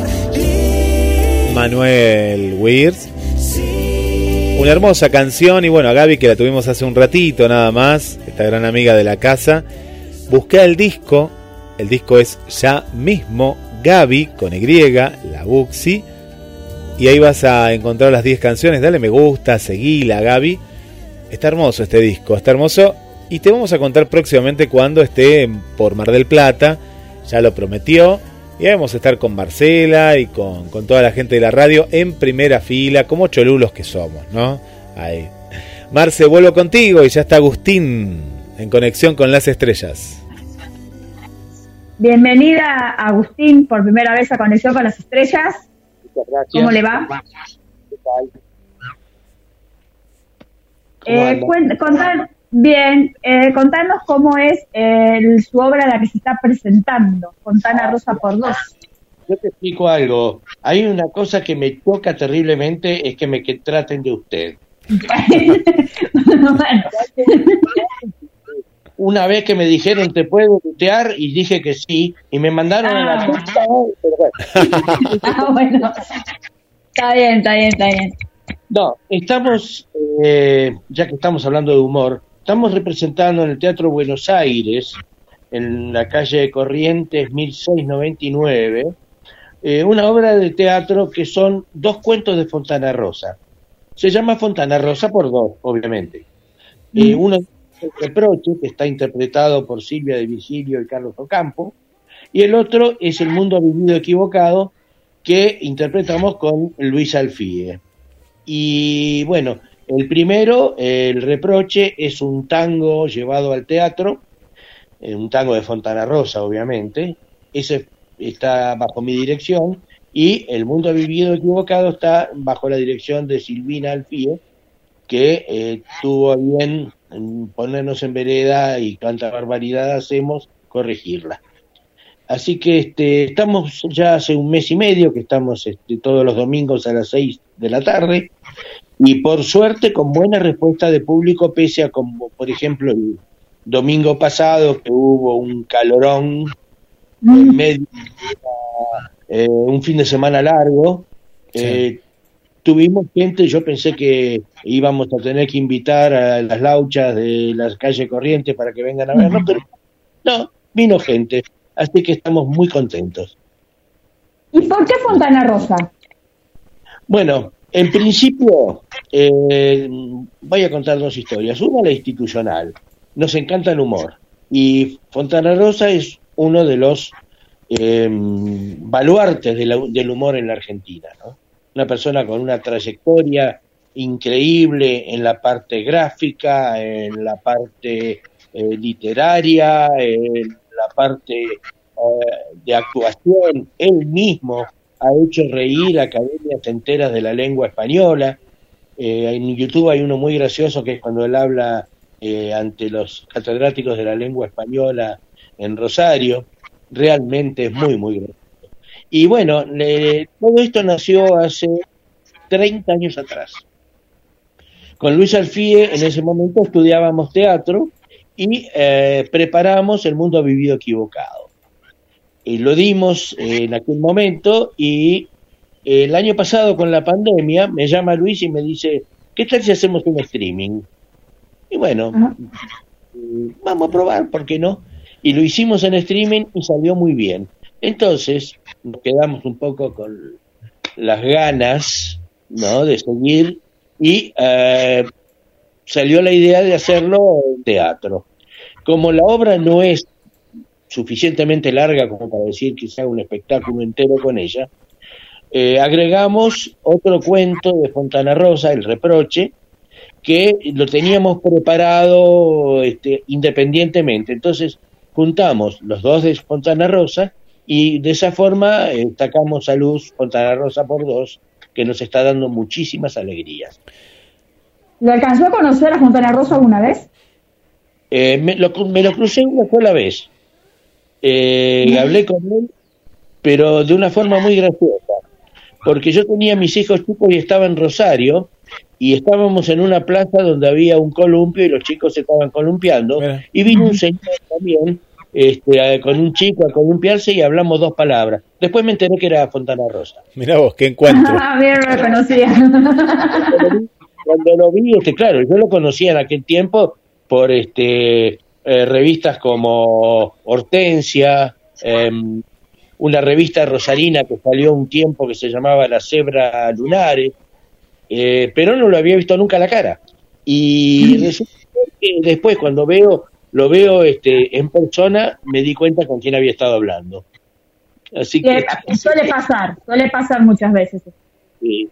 Manuel Wirtz. Una hermosa canción. Y bueno, a Gaby, que la tuvimos hace un ratito nada más, esta gran amiga de la casa. Busqué el disco. El disco es Ya Mismo Gaby, con Y, Laguxi. Y ahí vas a encontrar las diez canciones. Dale me gusta, seguila, Gaby. Está hermoso este disco, está hermoso. Y te vamos a contar próximamente cuando esté por Mar del Plata. Ya lo prometió. Y ahí vamos a estar con Marcela y con, con toda la gente de la radio en primera fila, como cholulos que somos, ¿no? Ahí. Marce, vuelvo contigo y ya está Agustín en conexión con las estrellas. Bienvenida, Agustín, por primera vez a Conexión con las Estrellas. Muchas gracias. ¿Cómo le va? ¿Qué tal? ¿Cómo Eh, anda? cuen- contar, bien, eh, contanos cómo es eh, el- su obra la que se está presentando, Fontana Rosa por dos. Yo te explico algo. Hay una cosa que me toca terriblemente, es que me que traten de usted. Bueno, Una vez que me dijeron, ¿te puedo tutear? Y dije que sí, y me mandaron a la Ah. puta, pero bueno. ah, bueno. Está bien, está bien, está bien. No, estamos, eh, ya que estamos hablando de humor, estamos representando en el Teatro Buenos Aires, en la calle Corrientes mil seiscientos noventa y nueve, eh, una obra de teatro que son dos cuentos de Fontana Rosa. Se llama Fontana Rosa por dos, obviamente. Eh, uno es El Reproche, que está interpretado por Silvia de Virgilio y Carlos Ocampo, y el otro es El Mundo Vivido Equivocado, que interpretamos con Luis Alfie. Y bueno, el primero, El Reproche, es un tango llevado al teatro, eh, un tango de Fontana Rosa, obviamente. Ese está bajo mi dirección, y El Mundo Vivido Equivocado está bajo la dirección de Silvina Alfie, que eh, tuvo a bien mm, ponernos en vereda y cuánta barbaridad hacemos, corregirla. Así que este, estamos ya hace un mes y medio que estamos este, todos los domingos a las seis de la tarde, y por suerte con buena respuesta de público, pese a como por ejemplo el domingo pasado que hubo un calorón en medio de eh, un fin de semana largo. Sí. eh, tuvimos gente, yo pensé que íbamos a tener que invitar a las lauchas de las calles Corrientes para que vengan a vernos, pero no, vino gente, así que estamos muy contentos. ¿Y por qué Fontana Rosa? Bueno, en principio eh, voy a contar dos historias. Una, la institucional. Nos encanta el humor, y Fontana Rosa es uno de los eh, baluartes de la- del humor en la Argentina, ¿no? Una persona con una trayectoria increíble en la parte gráfica, en la parte eh, literaria, en la parte eh, de actuación. Él mismo ha hecho reír a academias enteras de la lengua española. Eh, en YouTube hay uno muy gracioso que es cuando él habla eh, ante los catedráticos de la lengua española en Rosario. Realmente es muy, muy gracioso. Y bueno, le, todo esto nació hace treinta años atrás. Con Luis Alfie en ese momento estudiábamos teatro y eh, preparamos El mundo vivido equivocado. Y lo dimos eh, en aquel momento y eh, el año pasado con la pandemia me llama Luis y me dice, ¿qué tal si hacemos un streaming? Y bueno, uh-huh. vamos a probar, ¿por qué no? Y lo hicimos en streaming y salió muy bien. Entonces nos quedamos un poco con las ganas, ¿no?, de seguir y eh, salió la idea de hacerlo en teatro. Como la obra no es suficientemente larga como para decir que se haga un espectáculo entero con ella, eh, agregamos otro cuento de Fontana Rosa, El reproche, que lo teníamos preparado este, independientemente. Entonces juntamos los dos de Fontana Rosa y de esa forma eh, sacamos a luz Fontana Rosa por dos, que nos está dando muchísimas alegrías. ¿Lo alcanzó a conocer a Fontana Rosa alguna vez? Eh, me, lo, me lo crucé una sola vez. Eh, hablé con él, pero de una forma muy graciosa, porque yo tenía mis hijos chicos y estaba en Rosario, y estábamos en una plaza donde había un columpio y los chicos se estaban columpiando, Mira. y vino un señor también este, con un chico a columpiarse y hablamos dos palabras. Después me enteré que era Fontana Rosa. Mirá vos, qué encuentro. Ah, bien, lo conocía. Cuando lo vi, este, claro, yo lo conocía en aquel tiempo por este eh, revistas como Hortensia, eh, una revista rosarina que salió un tiempo que se llamaba La Cebra Lunares, eh, pero no lo había visto nunca a la cara. Y resulta que después, cuando veo lo veo este en persona, me di cuenta con quién había estado hablando. Así que suele pasar, suele pasar muchas veces. Sí.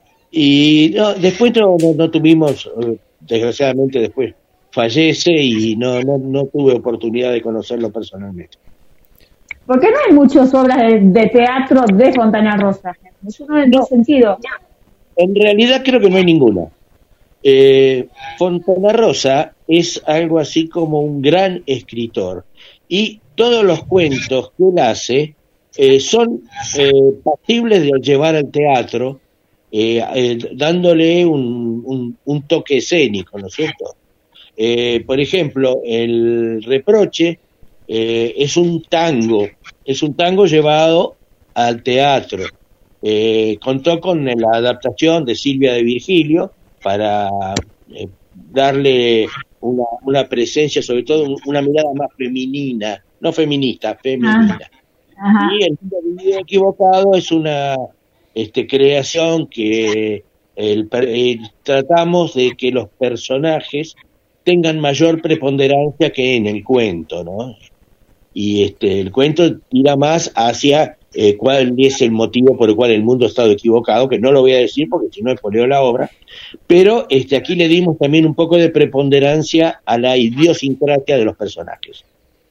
Y no, después no, no, no tuvimos, desgraciadamente después fallece y no, no, no tuve oportunidad de conocerlo personalmente. ¿Por qué no hay muchas obras de, de teatro de Fontana Rosa? Eso no en no, sentido. En realidad creo que no hay ninguna. Eh, Fontana Rosa es algo así como un gran escritor y todos los cuentos que él hace eh, son eh, pasibles de llevar al teatro, eh, eh, dándole un, un, un toque escénico, ¿no es cierto? Eh, por ejemplo, El reproche eh, es un tango, es un tango llevado al teatro. Eh, contó con la adaptación de Silvia de Virgilio para eh, darle una, una presencia, sobre todo una mirada más femenina, no feminista, femenina. Ajá. Y El mundo vivido equivocado es una este, creación que el, el, tratamos de que los personajes tengan mayor preponderancia que en el cuento, ¿no? Y este el cuento tira más hacia eh, cuál es el motivo por el cual el mundo ha estado equivocado, que no lo voy a decir porque si no spoileo la obra, pero este aquí le dimos también un poco de preponderancia a la idiosincrasia de los personajes.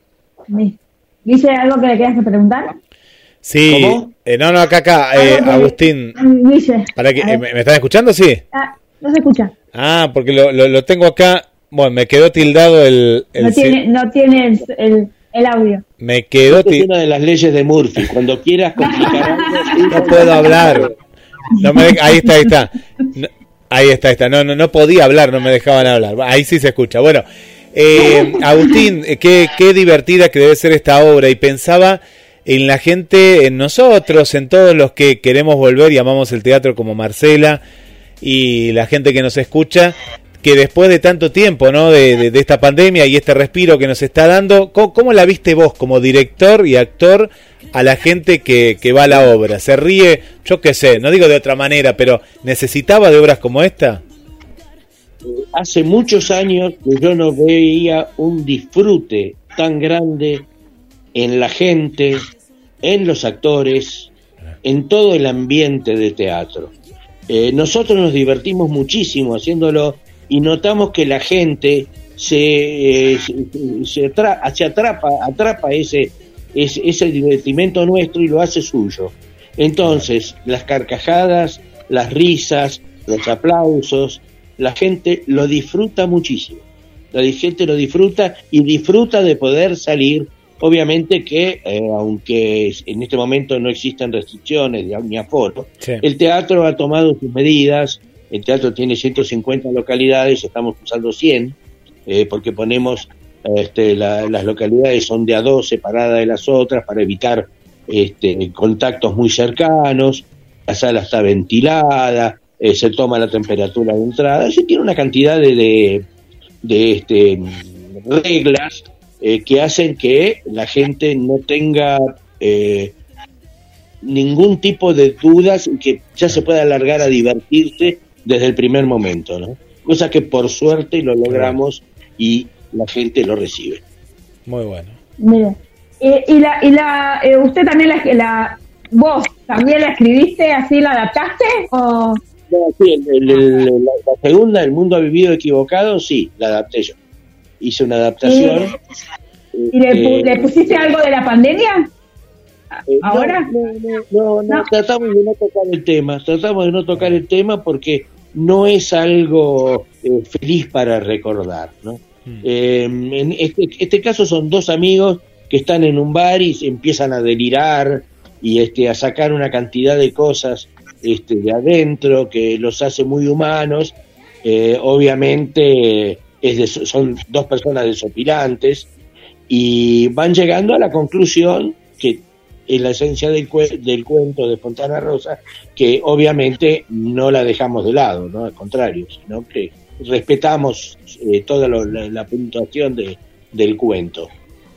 ¿Dice algo que le quieras preguntar? Sí, eh, no, no, acá, acá, eh, Agustín. Dice, ¿Para que, eh, ¿Me están escuchando? Sí. Ah, no se escucha. Ah, porque lo, lo, lo tengo acá. Bueno, me quedó tildado el... el no tiene, no tiene el, el, el audio. Me quedó... Esto es una de las leyes de Murphy. Cuando quieras complicar algo... No puedo hablar. No me de... Ahí está, ahí está. No, ahí está, ahí está. No, no, no podía hablar, no me dejaban hablar. Ahí sí se escucha. Bueno, eh, Agustín, qué, qué divertida que debe ser esta obra. Y pensaba en la gente, en nosotros, en todos los que queremos volver y amamos el teatro como Marcela y la gente que nos escucha, que después de tanto tiempo, ¿no? De, de, de esta pandemia y este respiro que nos está dando, ¿cómo, cómo la viste vos como director y actor a la gente que, que va a la obra? ¿Se ríe? Yo qué sé, no digo de otra manera, pero ¿necesitaba de obras como esta? Hace muchos años que yo no veía un disfrute tan grande en la gente, en los actores, en todo el ambiente de teatro. Eh, nosotros nos divertimos muchísimo haciéndolo y notamos que la gente se, eh, se, se, atra- se atrapa atrapa ese es, es el divertimento nuestro y lo hace suyo. Entonces, las carcajadas, las risas, los aplausos, la gente lo disfruta muchísimo. La gente lo disfruta y disfruta de poder salir. Obviamente que, eh, aunque en este momento no existen restricciones ni aforo, sí. El teatro ha tomado sus medidas. El teatro tiene ciento cincuenta localidades, estamos usando cien, eh, porque ponemos, este, la, las localidades son de a dos separadas de las otras para evitar este, contactos muy cercanos. La sala está ventilada, eh, se toma la temperatura de entrada, se tiene una cantidad de, de, de este, reglas Eh, que hacen que la gente no tenga eh, ningún tipo de dudas y que ya se pueda alargar a divertirse desde el primer momento, ¿no? Cosa que por suerte lo logramos y la gente lo recibe. Muy bueno. Mira, eh, y la, y la eh, usted también la, la, vos también la escribiste, así la adaptaste o no, sí, el, el, el, la, la segunda, El mundo ha vivido equivocado, sí, la adapté yo. Hice una adaptación. ¿Y, y le, eh, le pusiste algo de la pandemia? Eh, ¿Ahora? No no, no, no, no, tratamos de no tocar el tema, tratamos de no tocar el tema porque no es algo eh, feliz para recordar, ¿no? Mm. Eh, en este, este caso son dos amigos que están en un bar y se empiezan a delirar y este, a sacar una cantidad de cosas este, de adentro que los hace muy humanos. Eh, obviamente es de, son dos personas desopilantes y van llegando a la conclusión que es la esencia del, cu- del cuento de Fontana Rosa, que obviamente no la dejamos de lado, ¿no? Al contrario, sino que respetamos eh, toda lo, la, la puntuación de, del cuento.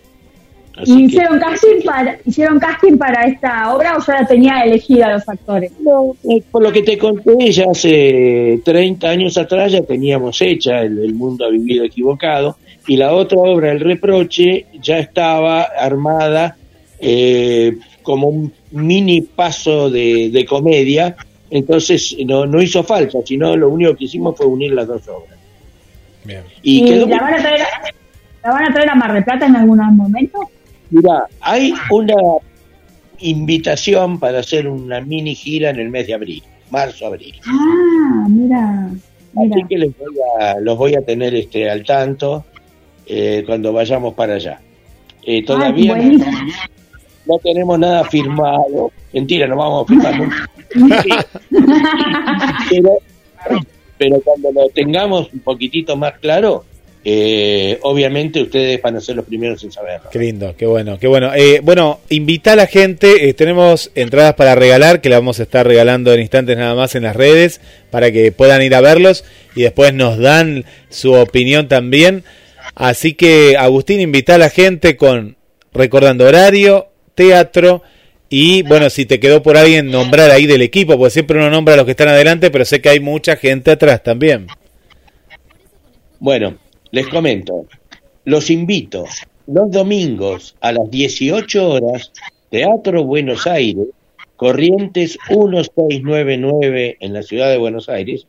Así ¿Y que, hicieron casting para hicieron casting para esta obra o ya la tenía elegida los actores? No, eh, por lo que te conté, ya hace treinta años atrás ya teníamos hecha El, el mundo ha vivido equivocado, y la otra obra, El reproche, ya estaba armada eh, como un mini paso de, de comedia, entonces no, no hizo falta, sino lo único que hicimos fue unir las dos obras. Bien. ¿Y, ¿Y quedó la, van a traer, la van a traer a Mar del Plata en algún momento? Mira, hay una invitación para hacer una mini gira en el mes de abril, marzo-abril. Ah, mira, mira. Así que les voy a, los voy a tener este, al tanto eh, cuando vayamos para allá. Eh, todavía Ay, no, no tenemos nada firmado. Mentira, no vamos a firmar nunca. pero, pero cuando lo tengamos un poquitito más claro, Eh, obviamente ustedes van a ser los primeros en saberlo. Qué lindo, qué bueno, qué bueno. Eh, bueno, invita a la gente, eh, tenemos entradas para regalar, que la vamos a estar regalando en instantes nada más en las redes, para que puedan ir a verlos y después nos dan su opinión también. Así que, Agustín, invita a la gente con recordando horario, teatro y, bueno, si te quedó por alguien, nombrar ahí del equipo, porque siempre uno nombra a los que están adelante, pero sé que hay mucha gente atrás también. Bueno, les comento, los invito los domingos a las dieciocho horas, Teatro Buenos Aires, Corrientes dieciséis noventa y nueve en la ciudad de Buenos Aires.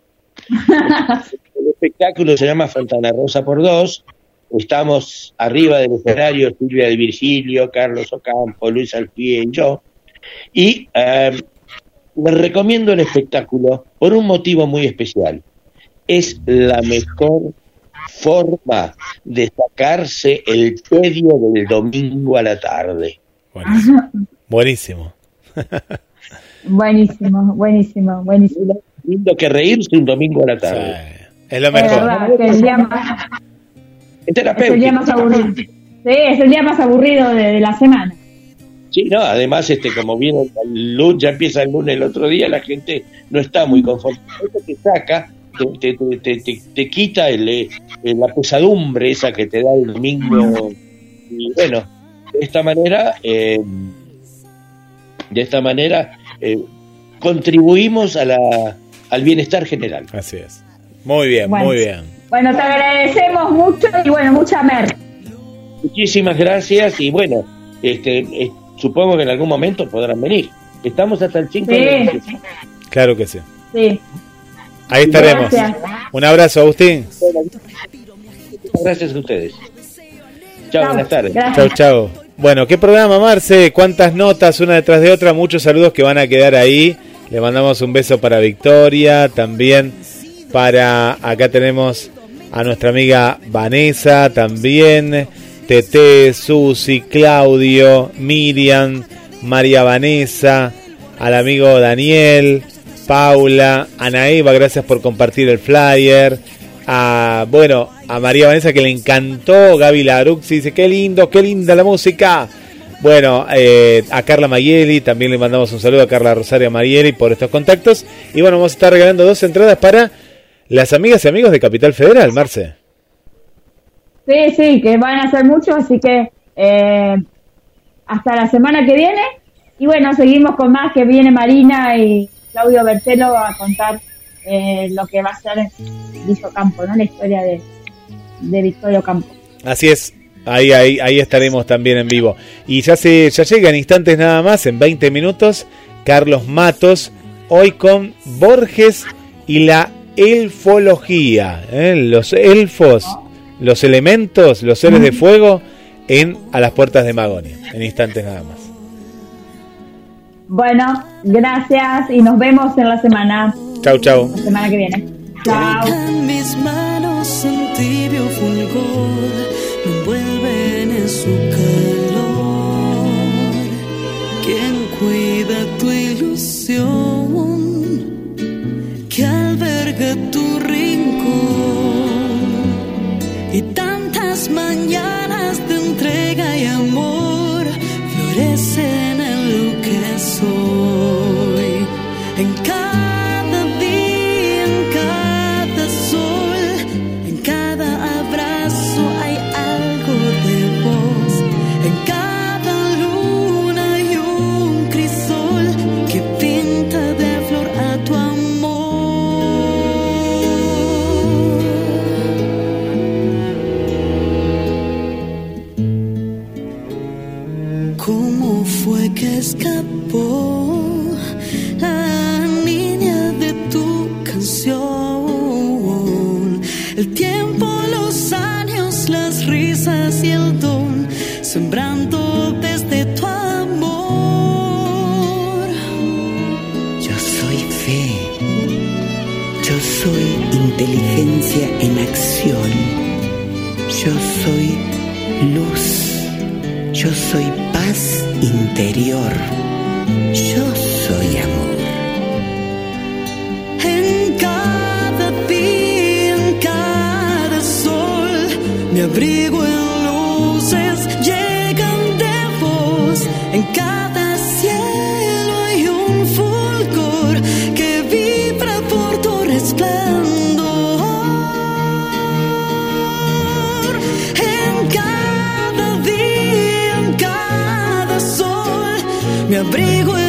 El espectáculo se llama Fontana Rosa por dos. Estamos arriba del escenario Silvia de Virgilio, Carlos Ocampo, Luis Alfie y yo. Y eh, les recomiendo el espectáculo por un motivo muy especial. Es la mejor forma de sacarse el tedio del domingo a la tarde. Buenísimo. Buenísimo. Buenísimo, buenísimo, buenísimo. Lindo que reírse un domingo a la tarde. Sí, es lo mejor. Es verdad, es el día más, Es es el día más aburrido. Sí, es el día más aburrido de, de la semana. Sí, no, además, este, como viene el lunes, ya empieza el lunes el otro día, la gente no está muy conforme. Esto te saca, te, te, te, te, te quita el, eh, la pesadumbre esa que te da el domingo. Y bueno, de esta manera, eh, de esta manera, eh, contribuimos a la, al bienestar general. Así es. Muy bien, Bueno. muy bien. Bueno, te agradecemos mucho y bueno, mucha mer. Muchísimas gracias y bueno, este, eh, supongo que en algún momento podrán venir. Estamos hasta el cinco de Sí, octubre. Claro que sí. sí. Ahí estaremos. Gracias. Un abrazo, Agustín. Gracias a ustedes. Chao, Chao. buenas tardes. Gracias. Chau, chau. Bueno, ¿qué programa, Marce? ¿Cuántas notas una detrás de otra? Muchos saludos que van a quedar ahí. Le mandamos un beso para Victoria, también para... Acá tenemos a nuestra amiga Vanessa, también Tete, Susi, Claudio, Miriam, María Vanessa, al amigo Daniel, Paula, Ana Eva, gracias por compartir el flyer. A, bueno, a María Vanessa que le encantó, Gaby Laruxi dice, qué lindo, qué linda la música. Bueno, eh, a Carla Mayeli, también le mandamos un saludo a Carla Rosario Mayeli por estos contactos. Y bueno, vamos a estar regalando dos entradas para las amigas y amigos de Capital Federal, Marce. Sí, sí, que van a ser muchos, así que eh, hasta la semana que viene. Y bueno, seguimos con más, que viene Marina y Claudio Bertelo a contar eh, lo que va a ser Victorio Campo, ¿no? La historia de, de Victorio Campo. Así es, ahí, ahí, ahí estaremos también en vivo. Y ya se, ya llega en instantes nada más, en veinte minutos, Carlos Matos, hoy con Borges y la elfología, ¿eh? Los elfos, los elementos, los seres de fuego en A las Puertas de Magonia, en instantes nada más. Bueno, gracias y nos vemos en la semana. Chau, chau. La semana que viene. Chao. En mis manos un tibio fulgor me envuelven en su calor. ¿Quién cuida tu ilusión que alberga tu rincón? Y tantas mañanas de entrega y amor florecen en lo que soy. En cada día, en cada sol, en cada abrazo hay algo de vos. En cada luna hay un crisol que pinta de flor a tu amor. ¿Cómo fue que escapó la niña de tu canción? El tiempo, los años, las risas y el don, sembrando desde tu amor. Yo soy fe, yo soy inteligencia en acción, yo soy luz, yo soy paz interior, yo soy amor. En cada día, en cada sol, me abrigo en luces, llegan de vos. En cada cielo hay un fulgor que vibra por tu resplandor. En cada día, en cada sol, me abrigo